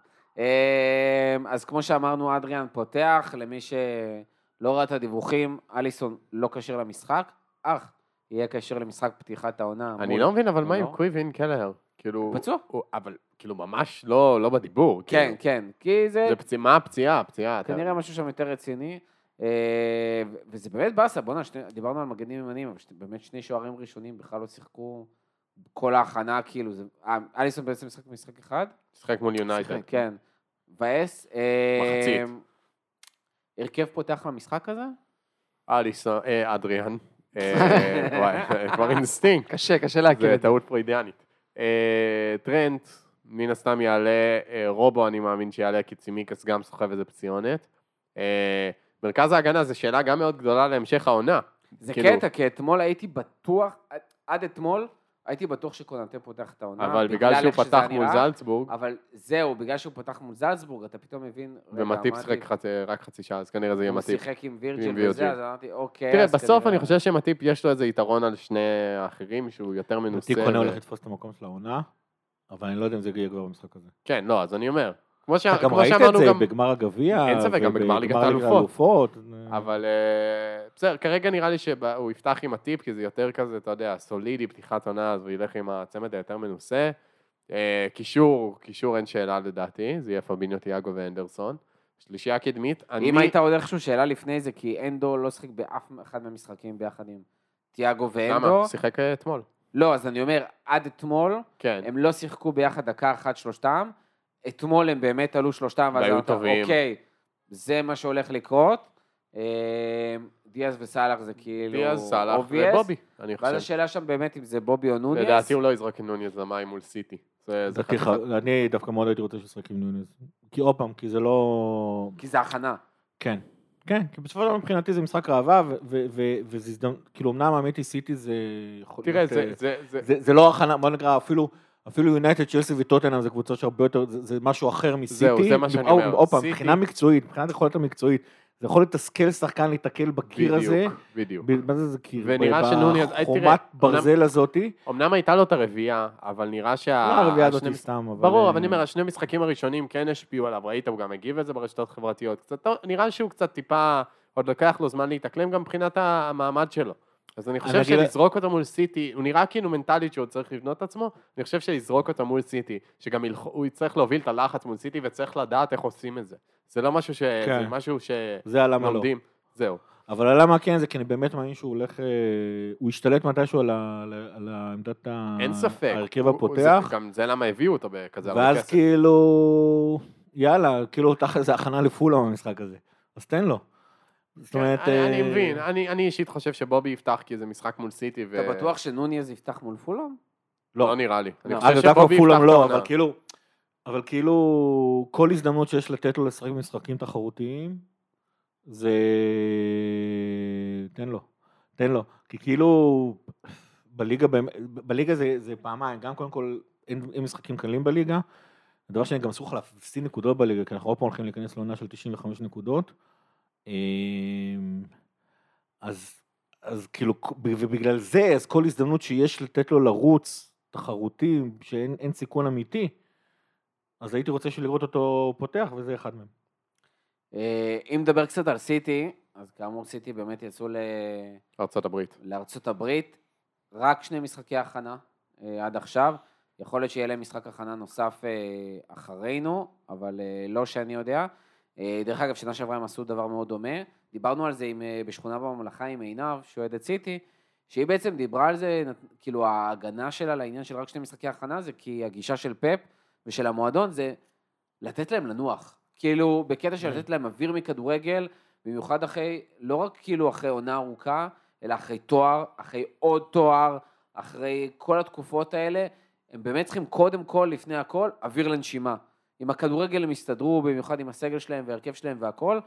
אז כמו שאמרנו, אדריאן פותח, למי שלא ראה את הדיווחים, אליסון לא קשר למשחק, אך יהיה קשר למשחק פתיחת העונה. אני מול- לא מבין, אבל מה עם מנור. קוויבין קלר? כאילו... פצוע? הוא- אבל כאילו ממש לא לא בדיבור. כן, כאילו. כן, כי זה זה פציעה, מה הפציעה? הפציעה. אתה- כנראה משהו שם יותר רציני, אה, ו- וזה באמת באסה, בוא'נה, שני- דיברנו על מגנים ימניים, אבל שני- באמת שני שוערים ראשונים בכלל לא שיחקו כל ההכנה, כאילו, זה- אה, אליסון בעצם משחק משחק אחד? משחק מול יונייטד. שיחק, כן. מבאס. אה, מחצית. הרכב פותח למשחק הזה? אליסון, אה, אדריאן. אה, וואי, כבר אינסטינקט. קשה, קשה להכיר זה את זה. טעות פרוידיאנית. אה, טרנט, מן הסתם יעלה, אה, רובו אני מאמין שיעלה, כי צימיקס גם סוחב איזה פציונת. אה, מרכז ההגנה זה שאלה גם מאוד גדולה להמשך העונה. זה כאילו- קטע, כי אתמול הייתי בטוח, עד- עד אתמול הייתי בטוח שקונאטה פותח את העונה. אבל בגלל שהוא איך שזה פתח היה מול נראה, זלצבורג, אבל זהו, בגלל שהוא פתח מול זלצבורג, אתה פתאום מבין... רגע, ומטיפ מה שיחק הטיפ? חצי- רק חצי שעה, אז כנראה זה יהיה הוא מטיפ. שיחק עם עם וירג'יל וירג'יל. וזה, אז אמרתי, אוקיי, תראה, אז בסוף כנראה- אני חושב שמטיפ יש לו איזה יתרון על שני האחרים, שהוא יותר מנוסה. נתיק קונה ו- הולך לתפוס את המקום של העונה, אבל אני לא יודע אם זה יהיה כבר במשחק הזה. כן, לא, אז אני אומר. כמו ש- אתה גם כמו ראית את שאמרנו זה גם... בגמר הגביע, אין ספק, גם בגמר ליגת האלופות. האלופות. אבל אה, בסדר, כרגע נראה לי שהוא יפתח עם הטיפ, כי זה יותר כזה, אתה יודע, סולידי, פתיחת עונה, אז הוא ילך עם הצמד היותר מנוסה. אה, קישור, קישור אין שאלה לדעתי, זה יהיה פביניו, תיאגו ואנדרסון. שלישייה קדמית, אני... אם היית עוד איכשהו שאלה לפני זה, כי אנדו לא שיחק באף אחד מהמשחקים ביחד עם תיאגו ואנדו. למה? שיחק אה, אתמול. לא, אז אני אומר, עד אתמול, כן. הם לא שיחקו ביחד דקה אחת שלושתם, אתמול הם באמת עלו שלושתם, ואז והיו אמרת, טובים. אוקיי, זה מה שהולך לקרות. אה, דיאז וסאלח זה כאילו... דיאז, סאלח obvious. ובובי, אני ואז חושב. השאלה שם באמת אם זה בובי או נוניס. לדעתי הוא לא יזרוק עם נוניס למים מול סיטי. זה זה לדעתי, חתיכת- אני דווקא מאוד הייתי רוצה שישחק עם נוניס. כי עוד פעם, כי זה לא... כי זה הכנה. כן. כן, כי בסופו של דבר מבחינתי זה משחק ראווה, ו- ו- ו- וזה הזדמנות, כאילו אמנם האמת היא סיטי זה יכול תראה, להיות, זה- אה, זה... זה- זה, זה לא הכנה, בוא נקרא, אפילו, אפילו יונייטד, צ'לסי וטוטנהאם זה קבוצות שהרבה יותר, זה, זה משהו אחר מסיטי. זהו, זה מה שאני או- אומר. עוד פעם, סיטי- מבחינה מקצועית, מבחינת יכולת המקצועית, זה יכול לתסכל שחקן להתקל בקיר הזה. בדיוק, בדיוק. ב- מה זה זה קיר? ונראה ב- שנוניס- אה, תראה, בחומת ברזל הזאתי. אמנם הייתה לו את הרביעייה, אבל נראה שה... לא, הרביעייה הזאת השני- היא סתם, אבל... ברור, אה, אבל אני אומר, השני משחקים הראשונים כן השפיעו עליו, ראית, הוא גם הגיב את זה ברשתות חברתיות. קצת, טוב, נראה שהוא קצת טיפה, עוד לוקח לו זמן להתאקלם גם מבחינת המעמד שלו. אז אני חושב אני אגיד- שלזרוק אותו מול סיטי, הוא נראה כאילו מנטלית שהוא צריך לבנות את עצמו, אני חושב שלזרוק אותו מול סיטי, שגם ילכו- הוא יצטרך להוביל את הלחץ מול סיטי וצריך לדעת איך עושים את זה. זה לא משהו ש... כן. זה משהו זה הלמה לא. שלומדים. זהו. אבל למה כן זה? כי אני באמת מאמין שהוא הולך, אה, הוא ישתלט מתישהו על ה- על ה- על העמדת ה- אין ספק. ההרכב הוא- הפותח. זה- גם זה למה הביאו אותו בכזה הרבה ואז כסף. כאילו, יאללה, כאילו תחת זה הכנה לפולה במשחק הזה. אז תן לו. זאת כן, אומרת... אני- אני אה, מבין, אני אני אישית חושב שבובי יפתח כי זה משחק מול סיטי, ו... אתה בטוח שנוניס יפתח מול פולאם? לא. לא נראה לי. אני לא. חושב אגב, דווקא שבובי יפתח פולאם את לא, העונה. אבל כאילו, אבל כאילו, כל הזדמנות שיש לתת לו לשחק משחקים תחרותיים, זה... תן לו. תן לו. כי כאילו, בליגה, בליגה זה, זה פעמיים, גם קודם כל אין, אין משחקים קלים בליגה, הדבר שני, גם אסור לך להפסיד נקודות בליגה, כי אנחנו עוד פעם הולכים להיכנס לעונה של תשעים וחמש נקודות, אז, אז כאילו, ובגלל זה, אז כל הזדמנות שיש לתת לו לרוץ תחרותי, שאין אין סיכון אמיתי, אז הייתי רוצה לראות אותו פותח, וזה אחד מהם. אם נדבר קצת על סיטי, אז כאמור סיטי באמת יצאו לארצות הברית. לארצות הברית, רק שני משחקי הכנה עד עכשיו, יכול להיות שיהיה להם משחק הכנה נוסף אחרינו, אבל לא שאני יודע. דרך אגב, שנה שעברה הם עשו דבר מאוד דומה, דיברנו על זה עם, בשכונה בממלכה עם עינב, שועדת סיטי, שהיא בעצם דיברה על זה, כאילו ההגנה שלה לעניין של רק שני משחקי הכנה, זה כי הגישה של פפ ושל המועדון זה לתת להם לנוח, כאילו בקטע של לתת להם אוויר מכדורגל, במיוחד אחרי, לא רק כאילו אחרי עונה ארוכה, אלא אחרי תואר, אחרי עוד תואר, אחרי כל התקופות האלה, הם באמת צריכים קודם כל, לפני הכל, אוויר לנשימה. עם הכדורגל הם הסתדרו, במיוחד עם הסגל שלהם והרכב שלהם והכל.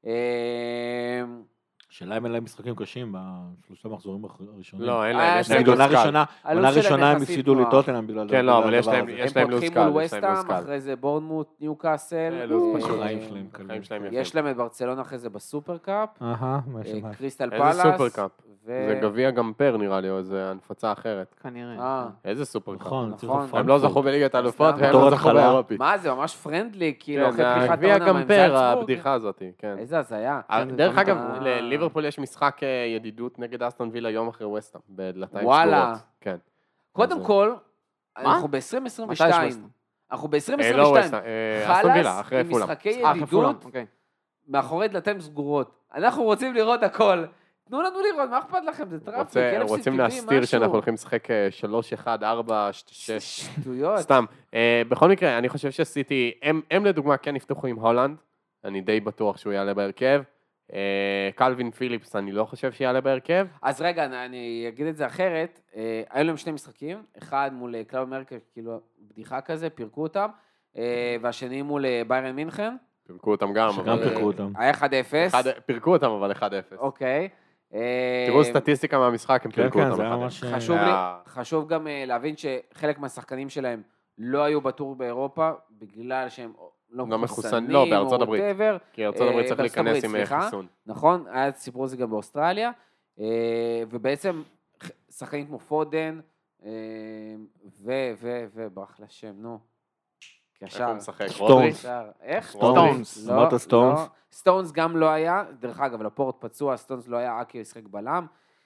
שאלה אם אין להם משחקים קשים בשלושה מחזורים הראשונים. לא, אין להם, יש להם עונה לוסקל. ראשונה, עונה ראשונה הם הפסידו לטוטנהאם בגלל כן, לא, אבל יש להם הם יש להם פותחים לוסקל. מול יש להם וסטהאם, לוסקל. אחרי זה בורנמוט, ניוקאסל. לוז אה, פשוט. החיים שלהם קלים. החיים שלהם יפים. יש להם את ברצלונה אחרי זה בסופר קאפ, אהה, מה אה, שמע. קריסטל איזה פלאס. סופר קאפ? ו- זה גביע גמפר נראה לי, או איזה הנפצה אחרת. כנראה. אה, איזה סופר קאפ? נכון, נכון. צריך הם לא זכו בליגת האלופות, והם בתור לא זכו התחלה. באירופית. מה זה, ממש פרנדלי, כאילו, כן, אחרי זה פתיחת גביע העונה, מה, עם גמפר, זלצבורג? הבדיחה הזאת, כן. איזה הזיה. אה, כן, דרך זה אגב, תמיד- לליברפול יש משחק אה, ידידות נגד אסטון וילה יום אחרי וסטהאם, בדלתיים וואלה. סגורות. כן. קודם אז- כל, מה? אנחנו ב-עשרים עשרים מתי יש ושתיים. וסטהאם? אנחנו אה, ב-עשרים לא עשרים ושתיים. וסטהאם, אה, אסטון וילה, אחרי עם פולאם. משחקי אה, אחרי פולאם, ידידות, אוקיי. מאחורי דלתיים סגורות. אנחנו רוצים לראות הכל. תנו לנו לראות, מה אכפת לכם? זה טראפיק, רוצה- אלף רוצים סיפורים, להסתיר משהו. שאנחנו הולכים לשחק אה, שלוש אחד ארבע שש. שטויות. סתם. אה, בכל מקרה, אני חושב שסיטי, הם הם לדוגמה כן יפתחו עם הולנד, אני די בטוח שהוא יעלה בהרכב. אה, קלווין פיליפס, אני לא חושב שיעלה בהרכב. אז רגע, אני- אני אגיד את זה אחרת. אה, היו להם שני משחקים, אחד מול אה, קלאב אמריקה, כאילו בדיחה כזה, פירקו אותם, אה, והשני מול אה, ביירן מינכן. פירקו אותם גם. שגם אבל- פירקו אותם. היה אחד אפס. אחד- פירקו אותם, אבל אחד אפס. אוקיי. אה, תראו סטטיסטיקה מהמשחק, הם כן, פירקו כן, אותם. זה היה אחד ממש... אפס. חשוב לי, היה- חשוב גם אה, להבין שחלק מהשחקנים שלהם לא היו בטור באירופה, בגלל שהם לא לא מחוסנים, מחוסן, לא, בארצות או הברית. whatever. כי ארצות הברית אה, צריך בארצות להיכנס הברית, עם אה, סליחה. חיסון. נכון, היה סיפור הזה גם באוסטרליה, אה, ובעצם שחקנים כמו פודן, אה, ו, ו, ו, ברח לשם, נו. איפה הוא משחק? סטונס. רודרי? ישר. איך? סטונס. לא, אמרת סטונס? לא. סטונס גם לא היה, דרך אגב, לפורט פצוע, סטונס לא היה, אקי ישחק בלם.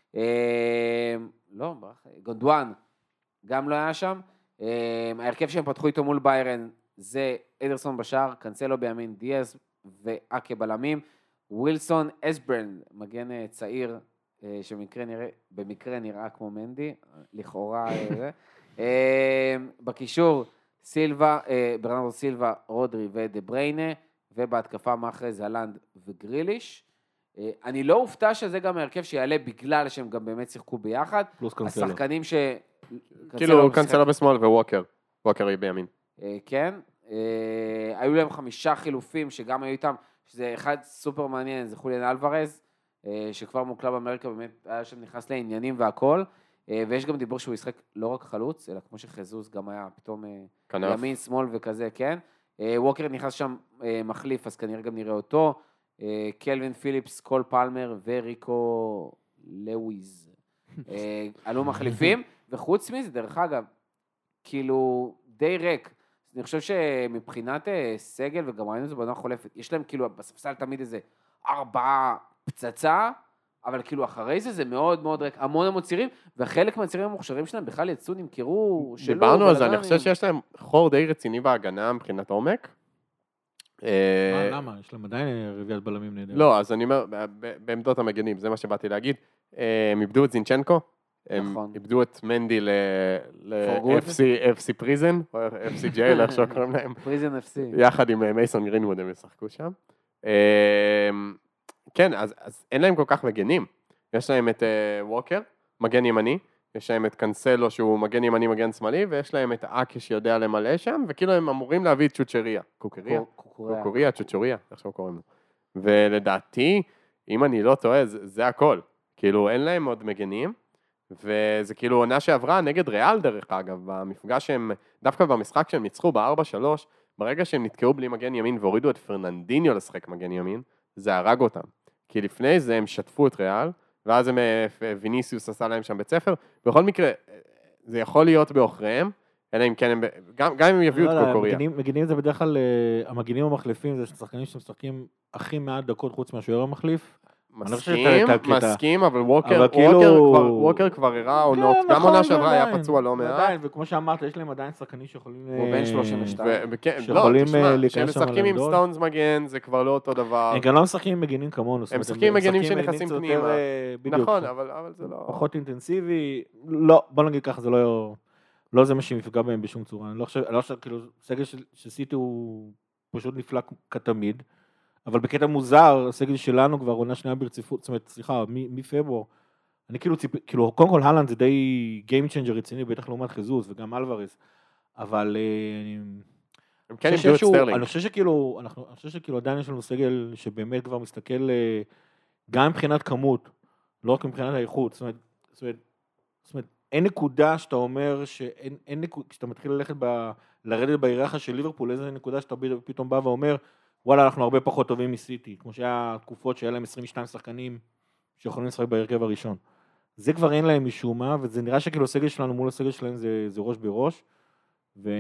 אה, לא, ברח, גונדואן גם לא היה שם. אה, ההרכב שהם פתחו איתו מול ביירן זה אדרסון בשער, קנסלו בימין, דיאז ואקי בלמים. ווילסון אסברן, מגן אה, צעיר, אה, שבמקרה נראה, במקרה נראה כמו מנדי, לכאורה אה, זה. אה, בקישור, סילבה, אה, ברנרדו סילבה, רודרי ודה בריינה, ובהתקפה מאחרי זלנד וגריליש. אה, אני לא אופתע שזה גם ההרכב שיעלה בגלל שהם גם באמת שיחקו ביחד. פלוס קנסלו. השחקנים ש... כאילו משחק- קנסלו בשמאל וווקר. ווקר היא בימין. אה, כן, אה, היו להם חמישה חילופים שגם היו איתם, שזה אחד סופר מעניין, זה חוליאן אלוורז, אה, שכבר מוקלע באמריקה באמת היה שם נכנס לעניינים והכל, אה, ויש גם דיבור שהוא ישחק לא רק חלוץ, אלא כמו שחזוז גם היה פתאום אה, כנף. ימין, שמאל וכזה, כן. אה, ווקר נכנס שם אה, מחליף, אז כנראה גם נראה אותו. אה, קלווין פיליפס, קול פלמר וריקו לוויז. אה, עלו מחליפים, וחוץ מזה, דרך אגב, כאילו די ריק. אני חושב שמבחינת אה, סגל, וגם ראינו את זה בעונה חולפת, יש להם כאילו בספסל תמיד איזה ארבעה פצצה, אבל כאילו אחרי זה זה מאוד מאוד ריק, המון המון צירים, וחלק מהצירים המוכשרים שלהם בכלל יצאו, נמכרו, שלא, דיברנו על זה, אני בלגנים. חושב שיש להם חור די רציני בהגנה מבחינת עומק. אה, מה, למה? יש להם עדיין רביעיית בלמים נהדר. לא, אז אני אומר, ב- ב- בעמדות המגנים, זה מה שבאתי להגיד. אה, הם איבדו את זינצ'נקו, הם נכון. איבדו את מנדי For good. ל-אף סי פריזן, או אף סי ג'יי, איך שקוראים להם. פריזן אף סי. יחד עם אה, מייסון גרינווד הם ישחקו שם. אה, כן, אז אז אין להם כל כך מגנים. יש להם את אה, ווקר, מגן ימני, יש להם את קנסלו שהוא מגן ימני, מגן שמאלי, ויש להם את אקי שיודע למלא שם, וכאילו הם אמורים להביא את צ'וצ'ריה. קוקריה? קוקוריה. קוקוריה, צ'וצ'וריה, איך שהוא קוראים לו. ולדעתי, אם אני לא טועה, זה, זה הכל. כאילו, אין להם עוד מגנים, וזה כאילו עונה שעברה נגד ריאל דרך אגב, במפגש שהם, דווקא במשחק שהם ניצחו ב-ארבע שלוש, ברגע שהם נתקעו בלי מגן ימין והורידו את פרננדיניו לשחק מגן ימין, זה הרג אותם. כי לפני זה הם שטפו את ריאל, ואז הם, ויניסיוס עשה להם שם בית ספר, בכל מקרה, זה יכול להיות באוכריהם, אלא אם כן הם, גם, גם אם הם יביאו את קוקוריה. מגינים, מגינים זה בדרך כלל, המגינים המחליפים, זה שחקנים שמשחקים הכי מעט דקות חוץ מהשוער המחליף. מסכים, מסכים, אבל ווקר, ווקר כבר הראה עונות, גם עונה שעברה היה פצוע לא מעט. וכמו שאמרת, יש להם עדיין שחקנים שיכולים... הוא בן שלושים ושתיים. לא, תשמע, כשהם משחקים עם סטונס מגן, זה כבר לא אותו דבר. הם גם לא משחקים עם מגנים כמונו. הם משחקים עם מגנים שנכנסים פנימה. נכון, אבל זה לא... פחות אינטנסיבי. לא, בוא נגיד ככה, זה לא... לא זה מה שמפגע בהם בשום צורה. אני לא חושב, אני לא חושב, כאילו, סגל של סיטי הוא פשוט נפלא כתמיד. אבל בקטע מוזר, הסגל שלנו כבר עונה שנייה ברציפות, זאת אומרת, סליחה, מפברואר, אני כאילו ציפ... כאילו, קודם כל הלנד זה די Game Changer רציני, בטח לעומת חיזוס וגם אלוורס, אבל אני... הם כן ישאו את סטרלינג. אני חושב שכאילו, אנחנו, אני חושב שכאילו עדיין יש לנו סגל שבאמת כבר מסתכל גם מבחינת כמות, לא רק מבחינת האיכות, זאת אומרת, זאת אומרת, זאת אומרת, אין נקודה שאתה אומר שאין, אין נקודה, כשאתה מתחיל ללכת ב... לרדת בהיררכיה של ליברפול, איזה נקודה שאתה פתאום בא ואומר, וואלה, אנחנו הרבה פחות טובים מסיטי, כמו שהיה תקופות שהיה להם עשרים ושתיים שחקנים שיכולים לשחק בהרכב הראשון. זה כבר אין להם משום מה, וזה נראה שכאילו הסגל שלנו מול הסגל שלהם זה, זה ראש בראש, וזה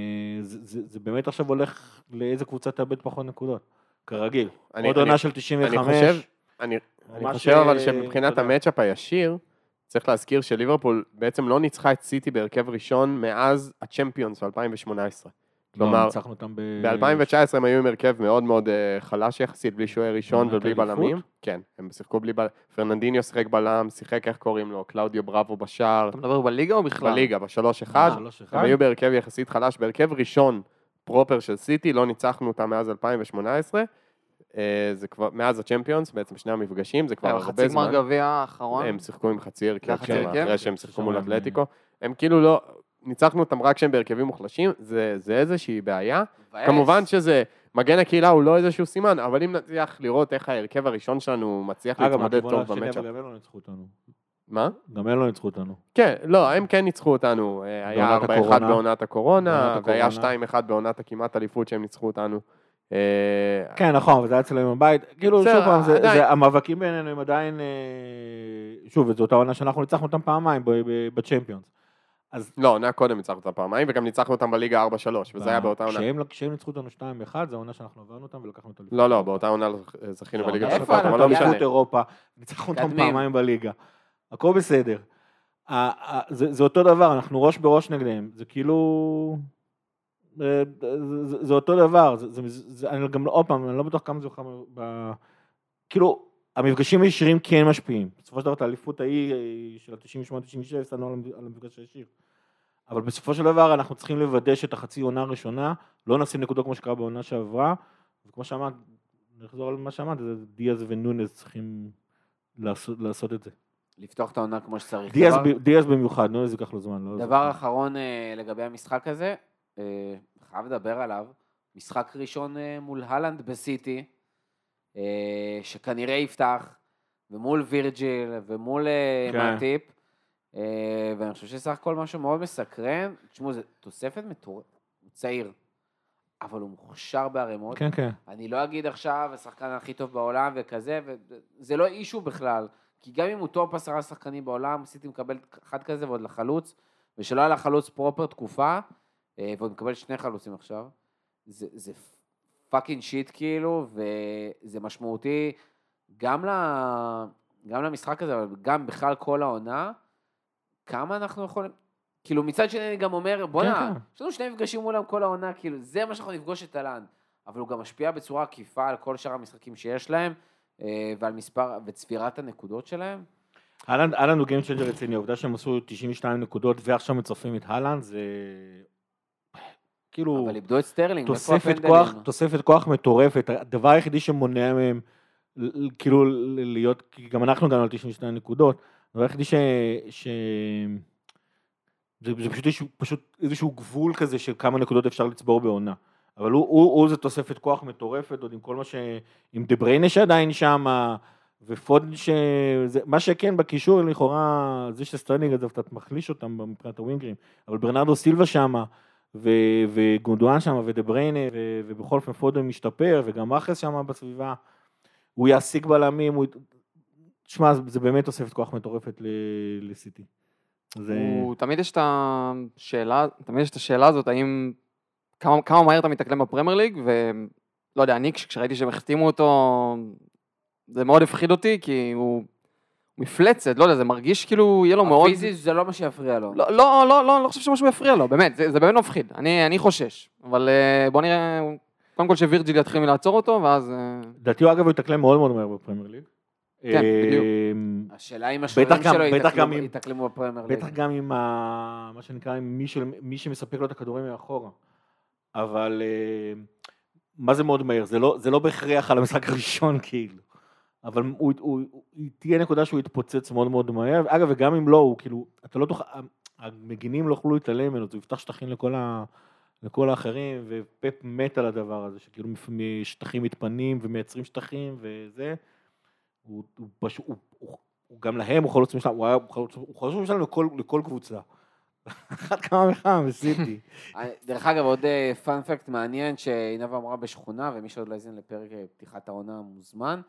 זה, זה באמת עכשיו הולך לאיזה קבוצה תאבד פחות נקודות, כרגיל. אני, עוד אני, עונה של תשעים וחמש. אני חושב, אני, אני חושב אבל שמבחינת המאצ'אפ הישיר, צריך להזכיר שליברפול בעצם לא ניצחה את סיטי בהרכב ראשון מאז הצ'מפיונס ב-אלפיים שמונה עשרה. כלומר, ב-אלפיים תשע עשרה הם היו עם הרכב מאוד מאוד חלש יחסית, בלי שוער ראשון ובלי בלמים. כן, הם שיחקו בלי בלם. פרננדיניו שיחק בלם, שיחק איך קוראים לו, קלאודיו בראבו בשער. אתה מדבר בליגה או בכלל? בליגה, ב-שלוש אחד. הם היו בהרכב יחסית חלש, בהרכב ראשון פרופר של סיטי, לא ניצחנו אותם מאז אלפיים שמונה עשרה. זה כבר, מאז הצ'מפיונס, בעצם שני המפגשים, זה כבר הרבה זמן. חצי גמר גביע האחרון. הם שיחקו עם חצי הרכב, אחרי שהם שיחקו מול אתלטיקו. הם כאילו לא... ניצחנו אותם רק שהם בהרכבים מוחלשים, זה, זה איזושהי בעיה. כמובן שזה, מגן הקהילה הוא לא איזשהו סימן, אבל אם נצליח לראות איך ההרכב הראשון שלנו מצליח להתמודד טוב במצ'אפ. גם הם לא ניצחו אותנו. מה? גם הם לא ניצחו אותנו. כן, לא, הם כן ניצחו אותנו. היה ארבע אחד בעונת הקורונה, והיה שתיים אחד בעונת הכמעט אליפות שהם ניצחו אותנו. כן, נכון, וזה היה אצלם בבית. כאילו, שוב פעם, המאבקים בינינו הם עדיין, שוב, זו אותה עונה שאנחנו ניצחנו אותם פעמיים בצ'מפיונס. אז לא, עונה קודם ניצחנו אותם פעמיים, וגם ניצחנו אותם בליגה ארבע שלוש, וזה היה באותה עונה. כשהם ניצחו אותנו שתיים אחד, זו העונה שאנחנו עברנו אותם ולקחנו אותם. לא, לא, באותה עונה זכינו בליגה שלוש, אבל לא משנה. אירופה, ניצחנו אותם פעמיים בליגה. הכל בסדר. זה אותו דבר, אנחנו ראש בראש נגדם, זה כאילו... זה אותו דבר, אני גם, עוד פעם, אני לא בטוח כמה זה יוכל... כאילו, המפגשים הישירים כן משפיעים. בסופו של דבר, האליפות ההיא של ה-תשעים ושמונה תשעים ושבע, סתנו על המפגש הישיר. אבל בסופו של דבר, אנחנו צריכים לוודא שאת החצי עונה הראשונה, לא נשים נקודות כמו שקרה בעונה שעברה, וכמו שאמרת, נחזור על מה שאמרת, דיאז ונונס צריכים לעשות, לעשות את זה. לפתוח את העונה כמו שצריך. דיאז, דבר... דיאז במיוחד, נונס ייקח לו זמן. לא דבר אחרון לגבי המשחק הזה, חייב לדבר עליו, משחק ראשון מול הלנד בסיטי, שכנראה יפתח, ומול וירג'יל, ומול מאטיפ, ואני חושב שסך הכל משהו מאוד מסקרן, תשמעו, זה תוספת מטורף, הוא צעיר, אבל הוא מוכשר בערימות, כן, כן. אני לא אגיד עכשיו, השחקן הכי טוב בעולם וכזה, וזה לא אישו בכלל, כי גם אם הוא טופ עשרה שחקנים בעולם, עשיתי מקבל אחד כזה ועוד לחלוץ, ושלא היה לחלוץ פרופר תקופה, ועוד מקבל שני חלוצים עכשיו, זה, זה פאקינג שיט כאילו, וזה משמעותי גם, ל, גם למשחק הזה, אבל גם בכלל כל העונה, כמה אנחנו יכולים, כאילו מצד שני אני גם אומר, בוא כן, נע, כן. יש לנו שני מפגשים מולם כל העונה, כאילו זה מה שאנחנו נפגוש את הלנד, אבל הוא גם משפיע בצורה עקיפה על כל שאר המשחקים שיש להם, ועל מספר, וצפירת הנקודות שלהם. הלנד, הלנד הוא גיים צ'יינג'ר רציני, העובדה שהם עשו תשעים ושתיים נקודות, ועכשיו מצרפים את הלנד, זה... כאילו, אבל איבדו את סטרלינג, תוספת כוח, תוספת כוח מטורפת, הדבר היחידי שמונע מהם, כאילו להיות, כי גם אנחנו הגענו על תשעים ושתיים נקודות, הדבר היחידי ש... ש... זה, זה פשוט, פשוט איזשהו גבול כזה של כמה נקודות אפשר לצבור בעונה, אבל הוא, הוא, הוא זה תוספת כוח מטורפת, עוד עם כל מה ש... עם דבריינה שעדיין שם, ופודן, מה שכן בקישור, לכאורה, זה שסטרלינג, אז אתה מחליש אותם מבחינת הווינגרים, אבל ברנרדו סילבה שמה, וגונדואן שמה, ודבריינה, ובכל אופן פודן משתפר, וגם מחס שמה בסביבה, הוא יעסיק בלמים, הוא... תשמע, זה באמת תוספת כוח מטורפת לסיטי. הוא תמיד יש את השאלה, תמיד יש את השאלה הזאת, האם, כמה, כמה מהר אתה מתאקלם בפרמייר ליג, ולא יודע, אני כשראיתי שהם החתימו אותו, זה מאוד הפחיד אותי, כי הוא מפלצת, לא יודע, זה מרגיש כאילו, יהיה לו מאוד... הפיזי זה לא מה שיפריע לו. לא, לא, לא, לא, לא חושב שמשהו יפריע לו, באמת, זה, זה באמת מפחיד, אני, אני חושש, אבל בוא נראה, קודם כל שווירג'יל יתחיל מלעצור אותו, ואז... דעתי הוא אגב הוא יתאקלם מאוד מאוד מהר בפרמייר ליג. כן, בדיוק. השאלה אם השוערים שלו יתאקלמו בפרמייר ליג. בטח גם עם מה שנקרא, עם מי שמספק לו את הכדורים מאחורה. אבל מה זה מאוד מהר? זה לא בהכרח על המשחק הראשון כאילו. אבל תהיה נקודה שהוא יתפוצץ מאוד מאוד מהר. אגב, וגם אם לא, הוא כאילו, אתה לא תוכל, המגינים לא יכולו להתעלם ממנו, הוא יפתח שטחים לכל האחרים, ופפ מת על הדבר הזה, שכאילו שטחים מתפנים ומייצרים שטחים וזה. הוא, הוא, פשוט, הוא, הוא, הוא גם להם, הוא חלוץ משלם, הוא, הוא חלוץ משלם לכל, לכל קבוצה. אחת כמה וכמה בסיטי. דרך אגב, עוד פאנפקט מעניין, שעינב אמרה בשכונה, ומי שעוד לא הזין לפרק פתיחת העונה מוזמן,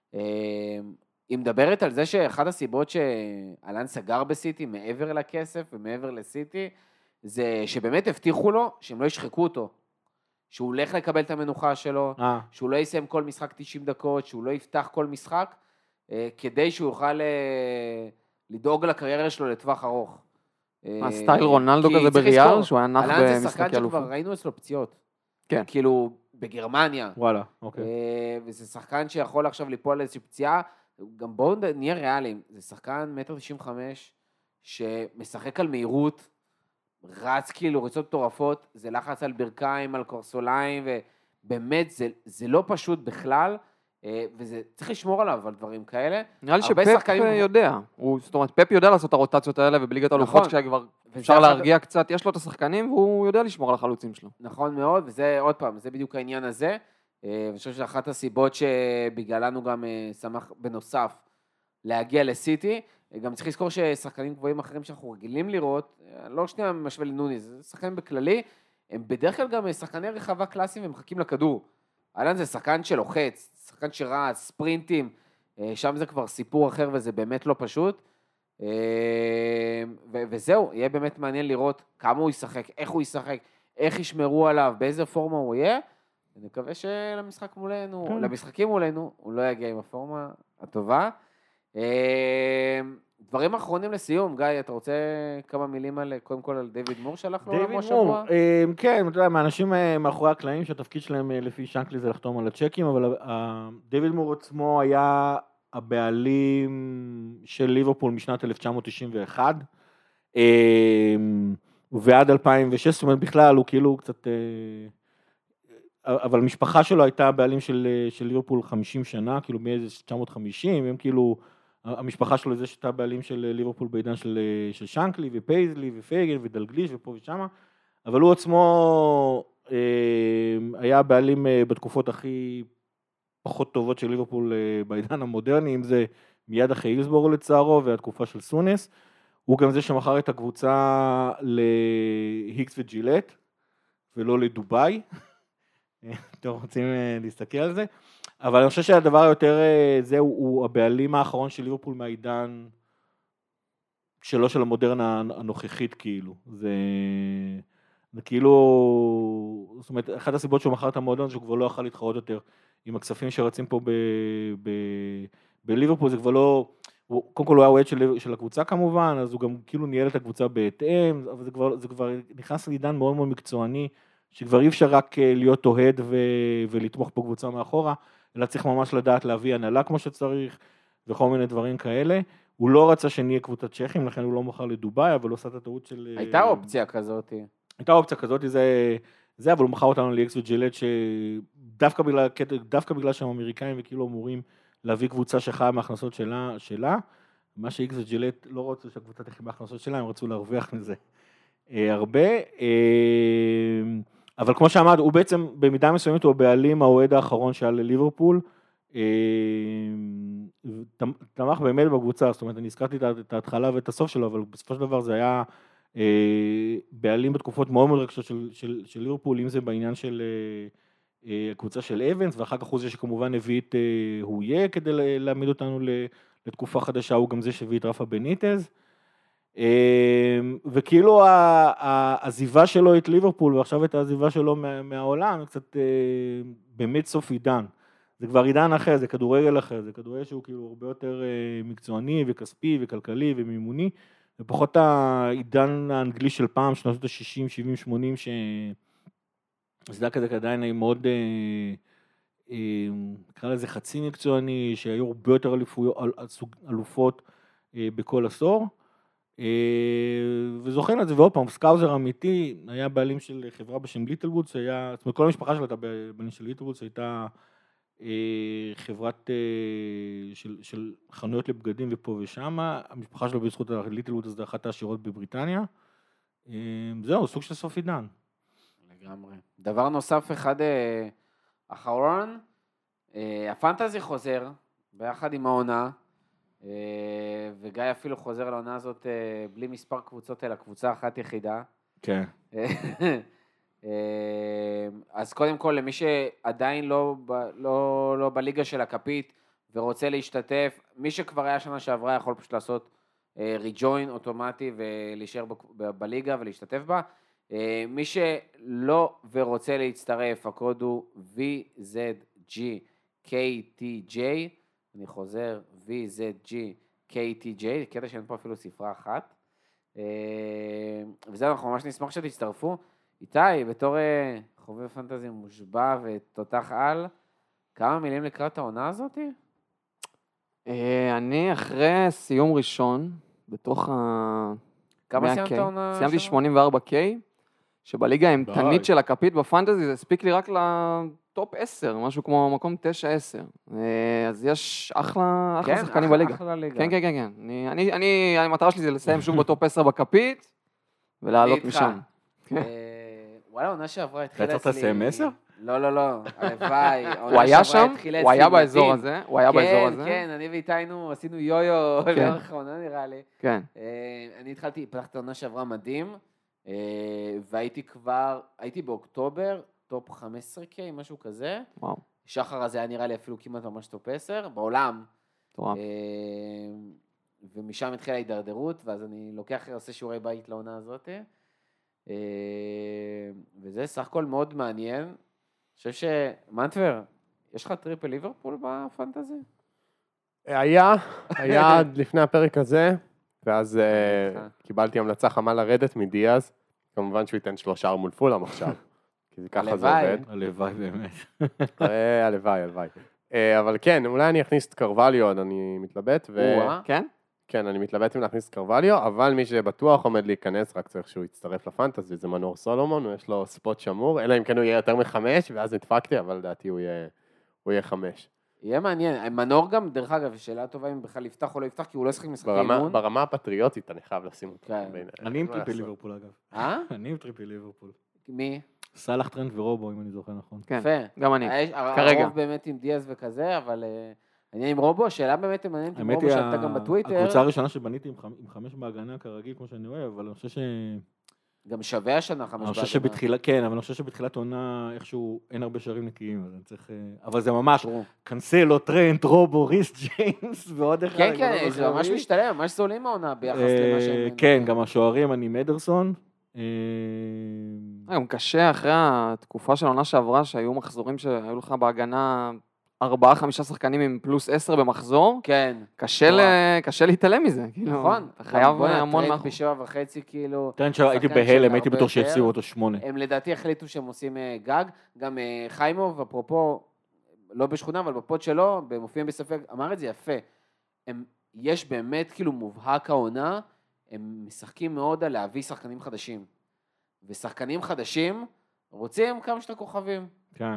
היא מדברת על זה שאחת הסיבות שאלן סגר בסיטי, מעבר לכסף ומעבר לסיטי, זה שבאמת הבטיחו לו שהם לא ישחקו אותו. שהוא הולך לקבל את המנוחה שלו, 아. שהוא לא יסיים כל משחק תשעים דקות, שהוא לא יפתח כל משחק, כדי שהוא יוכל לדאוג לקריירה שלו לטווח ארוך. הסטייל רונלדו כזה בריאל, שהוא היה נח במשחקי אלופות. אלן זה שחקן שכבר ראינו אצלו פציעות. כן. כאילו, בגרמניה. וואלה, אוקיי. וזה שחקן שיכול עכשיו ליפול על איזושהי פציעה, גם בואו נהיה ריאליים, זה שחקן מטר תשעים וחמש, שמשחק על מהירות, רץ כאילו ריצות מטורפות, זה לחץ על ברכיים, על קורסוליים, ובאמת זה, זה לא פשוט בכלל, וזה צריך לשמור עליו על דברים כאלה. נראה לי שפפ שחקנים... יודע, הוא, זאת אומרת, פפ יודע לעשות את הרוטציות האלה, ובליגת האלופות כשכבר אפשר להרגיע קצת, יש לו את השחקנים, והוא יודע לשמור על החלוצים שלו. נכון מאוד, וזה עוד פעם, זה בדיוק העניין הזה, ואני חושב שאחת הסיבות שבגללנו גם שמח בנוסף להגיע לסיטי, גם צריך לזכור ששחקנים גבוהים אחרים שאנחנו רגילים לראות, לא שנייה משווה לנוניס, זה שחקנים בכללי, הם בדרך כלל גם שחקני רחבה קלאסיים ומחכים לכדור. אלן זה שחקן שלוחץ, שחקן שרץ, ספרינטים, שם זה כבר סיפור אחר וזה באמת לא פשוט. וזהו, יהיה באמת מעניין לראות כמה הוא ישחק, איך הוא ישחק, איך ישמרו עליו, באיזה פורמה הוא יהיה. אני מקווה שלמשחק מולנו, למשחקים מולנו, הוא לא יגיע עם הפורמה הטובה. דברים אחרונים לסיום, גיא, אתה רוצה כמה מילים על, קודם כל על דיוויד מור שלח לו עולמו שבוע? כן, אתה יודע, מהאנשים מאחורי הקלעים שהתפקיד שלהם לפי שנקלי זה לחתום על הצ'קים, אבל דיוויד מור עצמו היה הבעלים של ליברפול משנת אלף תשע מאות תשעים ואחת, ועד אלפיים ושש, זאת אומרת בכלל הוא כאילו קצת, אבל המשפחה שלו הייתה הבעלים של ליברפול חמישים שנה, כאילו מ-תשע מאות וחמישים, הם כאילו, המשפחה שלו זה שהייתה בעלים של ליברפול בעידן של, של שנקלי ופייזלי ופייגל ודלגליש ופה ושמה, אבל הוא עצמו אה, היה בעלים אה, בתקופות הכי פחות טובות של ליברפול אה, בעידן המודרני, אם זה מיד אחרי הילסבורו לצערו והתקופה של סונס, הוא גם זה שמכר את הקבוצה להיקס וג'ילט ולא לדוביי, אתם רוצים להסתכל על זה? אבל אני חושב שהדבר היותר, זה הוא, הוא הבעלים האחרון של ליברפול מהעידן שלו של המודרנה הנוכחית כאילו. זה, זה כאילו, זאת אומרת, אחת הסיבות שהוא מכר את המועדון שהוא כבר לא יכול להתחרות יותר עם הכספים שרצים פה ב, ב, בליברפול, זה כבר לא, הוא, קודם כל הוא היה אוהד של, של הקבוצה כמובן, אז הוא גם כאילו ניהל את הקבוצה בהתאם, אבל זה כבר, זה כבר נכנס לעידן מאוד מאוד מקצועני, שכבר אי אפשר רק להיות אוהד ו, ולתמוך פה קבוצה מאחורה, אלא צריך ממש לדעת להביא הנהלה כמו שצריך, וכל מיני דברים כאלה. הוא לא רצה שנהיה קבוצת צ'כים, לכן הוא לא מכר לדוביי, אבל הוא עשה את הטעות של... הייתה אופציה כזאת. הייתה אופציה כזאת, זה, זה אבל הוא מכר אותנו לאקס וג'ילט, שדווקא בגלל, דווקא בגלל שהם אמריקאים וכאילו אמורים להביא קבוצה שחיה מההכנסות שלה, שלה, מה שאקס וג'ילט לא רצו שהקבוצה תחיה מההכנסות שלה, הם רצו להרוויח מזה הרבה. אבל כמו שאמרת, הוא בעצם במידה מסוימת הוא הבעלים האוהד האחרון שהיה לליברפול, תמך באמת בקבוצה, זאת אומרת, אני הזכרתי את ההתחלה ואת הסוף שלו, אבל בסופו של דבר זה היה בעלים בתקופות מאוד מאוד רגשות של ליברפול, אם זה בעניין של הקבוצה של אבנס, ואחר כך הוא זה שכמובן הביא את הויה כדי להעמיד אותנו לתקופה חדשה, הוא גם זה שהביא את רפה בניטז, וכאילו העזיבה שלו את ליברפול, ועכשיו את העזיבה שלו מהעולם, קצת באמת סוף עידן. זה כבר עידן אחר, זה כדורגל אחר, זה כדורגל שהוא כאילו הרבה יותר מקצועני וכספי וכלכלי ומימוני, ופחות העידן האנגלי של פעם, שנות ה-שישים, שבעים, שמונים, שזה היה כזה עדיין מאוד, נקרא לזה חצי מקצועני, שהיו הרבה יותר אלופות בכל עשור, וזוכרים את זה, ועוד פעם, סקאוזר אמיתי, היה בעלים של חברה בשם ליטלוודס, היה, זאת אומרת, כל המשפחה שלו הייתה בעלים של ליטלוודס, הייתה חברת של, של חנויות לבגדים ופה ושם, המשפחה שלו בזכות ליטלוודס, זה אחת העשירות בבריטניה, זהו, סוג של סוף עידן. לגמרי. דבר נוסף אחד אחרון, הפנטזי חוזר, ביחד עם העונה, וגיא אפילו חוזר לעונה הזאת בלי מספר קבוצות, אלא קבוצה אחת יחידה. כן. אז קודם כל, למי שעדיין לא, לא, לא בליגה של הכפית ורוצה להשתתף, מי שכבר היה שנה שעברה יכול פשוט לעשות ריג'וין אוטומטי ולהישאר ב- בליגה ולהשתתף בה. מי שלא ורוצה להצטרף, הקוד הוא וי זד ג'י קיי טי ג'יי, אני חוזר, וי זד ג'י קיי טי ג'יי, קטע שאין פה אפילו ספרה אחת. וזהו, אנחנו ממש נשמח שתצטרפו. איתי, בתור חובב פנטזי מושבע ותותח על, כמה מילים לקראת העונה הזאת? אני אחרי סיום ראשון, בתוך ה... כמה סיימת העונה? סיימתי שמונים וארבע קיי, שבליגה האימתנית של הכפית בפנטזי, זה הספיק לי רק לטופ עשר, משהו כמו מקום תשע עשר. אז יש אחלה, אחלה שחקנים בליגה. אחלה ליגה. כן, כן, כן, כן. אני, אני, אני, המטרה שלי זה לסיים שוב בטופ עשר בכפית, ולעלות משם. וואלה, עונה שעברה התחילה אצלי... אתה צריך לסיים עשר? לא, לא, לא, הלוואי. הוא היה שם? הוא היה באזור הזה? הוא היה באזור הזה? כן, כן, אני ואיתנו עשינו יו-יו לאורך העונה נראה לי. כן. אני התחלתי, פתחתי עונה שעברה מדהים, והייתי כבר, הייתי באוקטובר, טופ חמש עשרה קיי, משהו כזה. וואו. שחר הזה היה נראה לי אפילו כמעט ממש טופ עשר, בעולם. טוב. ומשם התחילה ההידרדרות, ואז אני לוקח, עושה שיעורי בית לעונה הזאת. וזה סך הכל מאוד מעניין. אני חושב שמנטבר, יש לך טריפל ליברפול בפנטזי? היה, היה עד לפני הפרק הזה, ואז קיבלתי המלצה חמה לרדת מדיאז, כמובן שהוא ייתן שלושה מול פולאם עכשיו, כי ככה זה עובד. הלוואי באמת. הלוואי, הלוואי. אבל כן, אולי אני אכניס את קרווליו, אני מתלבט. כן? כן, אני מתלבט אם להכניס את קרווליו, אבל מי שבטוח עומד להיכנס, רק צריך שהוא יצטרף לפנטזי, זה מנור סולומון, יש לו ספוט שמור, אלא אם כן הוא יהיה יותר מחמש, ואז נדפקתי, אבל לדעתי הוא יהיה, הוא יהיה חמש. יהיה מעניין, מנור גם, דרך אגב, שאלה טובה אם בכלל יפתח או לא יפתח, כי הוא לא ישחק משחקי אימון. ברמה הפטריוטית, אני חייב לשים אותו. אני עם טריפל ליברפול, אגב. אה? אני עם טריפל ליברפול. מי? סלאח, טרנט ורובו, אם אני זוכר נכון. כן, יפה. גם אני, כרגע. הרוב באמת עם דיאז וכזה, אבל אני עם רובו, השאלה באמת מעניינת עם רובו שעלתה גם בטוויטר. הקבוצה הראשונה שבניתי עם חמש בהגנה כרגיל, כמו שאני אוהב, אבל אני חושב ש... גם שווה השנה חמש בהגנה. אני חושב שבתחילת, כן, אבל אני חושב שבתחילת עונה, איכשהו אין הרבה שערים נקיים, אז אני צריך... אבל זה ממש, קנסלו, טרנט, רובו, ריס, ג'יימס, ועוד אחד. כן, כן, זה ממש משתלם, ממש זולים העונה ביחס למה שהם... כן, גם השוערים, אני מדרסון. גם קשה אחרי התקופה של העונה שעברה, שהיו מחזורים שהיו לך בהגנה ארבעה, חמישה שחקנים עם פלוס עשר במחזור. כן. קשה להתעלם מזה. נכון. אתה חייב המון מאחור. בשבע וחצי, כאילו... כן, הייתי בהלם, הייתי בטוח שיפסירו אותו שמונה. הם לדעתי החליטו שהם עושים גג. גם חיימוב, אפרופו, לא בשכונה, אבל בפוד שלו, במופיעים בספק, אמר את זה יפה. יש באמת כאילו מובהק העונה, הם משחקים מאוד על להביא שחקנים חדשים. ושחקנים חדשים רוצים כמה שאתה כוכבים. כן.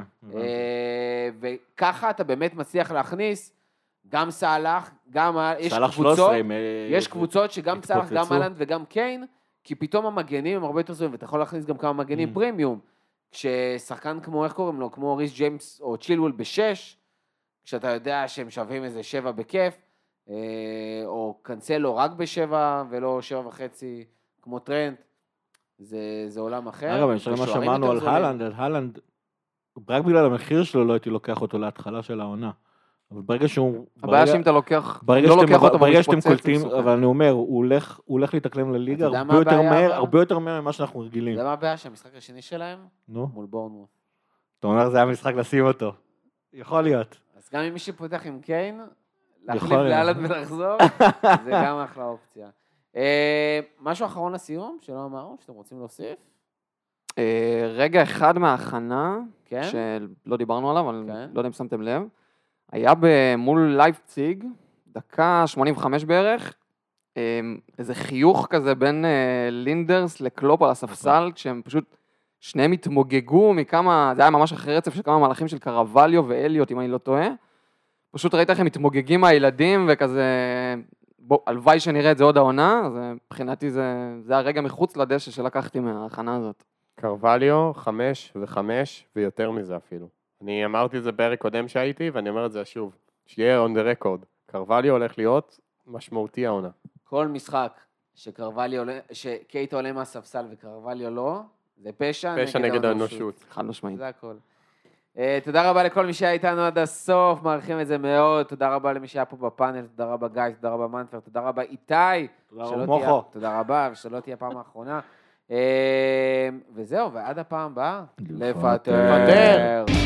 וככה אתה באמת מצליח להכניס גם סאלח, גם... יש קבוצות, יש קבוצות שגם סאלח, גם אלנד וגם קיין, כי פתאום המגנים הם הרבה יותר זוהים, ואתה יכול להכניס גם כמה מגנים פרימיום. כששחקן כמו, איך קוראים לו, כמו ריס ג'יימס או צ'ילוול בשש, כשאתה יודע שהם שווים איזה שבע בכיף, או קנסלו רק בשבע, ולא שבע וחצי כמו טרנט, זה, זה עולם אחר. אגב, אני חושב מה שאמרנו על הלנד, על הלנד, רק בגלל המחיר שלו לא הייתי לוקח אותו להתחלה של העונה. אבל ברגע שהוא... הבעיה שאם אתה לוקח, ברגע לא לוקח אותו, ברגע שאתם קולטים, אבל אני אומר, הוא הולך, הוא הולך להתאקלם לליגה הרבה יותר מהר, הרבה יותר מהר ממה שאנחנו רגילים. זה מה הבעיה שהמשחק השני שלהם? נו. מול בורנמות'. אתה אומר, זה היה משחק לשים אותו. יכול להיות. אז גם אם מי שפותח עם קיין, להחליף לאלן ולחזור, זה גם אחלה אופציה. משהו אחרון לסיום, שלא אמרנו, שאתם רוצים להוסיף? רגע אחד מההכנה, שלא דיברנו עליו, אבל לא יודע אם שמתם לב, היה מול לייפציג, דקה שמונים וחמש בערך, איזה חיוך כזה בין לינדרס לקלופ על הספסל, כשהם פשוט שניהם התמוגגו מכמה, זה היה ממש אחרי רצף של כמה מהלכים של קרווליו ואליוט, אם אני לא טועה, פשוט ראית איך הם מתמוגגים מהילדים, וכזה, בוא, הלוואי שנראה את זה עוד העונה, אז מבחינתי זה, זה הרגע מחוץ לדשא שלקחתי מההכנה הזאת. קרווליו, חמש וחמש, ויותר מזה אפילו. אני אמרתי את זה בפרק קודם שהייתי, ואני אומר את זה שוב, שיהיה on the record. קרווליו הולך להיות משמעותי העונה. כל משחק שקרווליו עולה, שקייטה עולה מהספסל וקרווליו לא, זה פשע, פשע נגד האנושות. חד משמעית. זה הכל. Uh, תודה רבה לכל מי שהיה איתנו עד הסוף, מעריכים את זה מאוד, תודה רבה למי שהיה פה בפאנל, תודה רבה גיא, תודה רבה מנפר, תודה רבה איתי, תודה רבה מוחו. תודה רבה, ושלא תהיה פעם האחרונה. Uh, וזהו, ועד הפעם הבאה, לפטר. לפטר.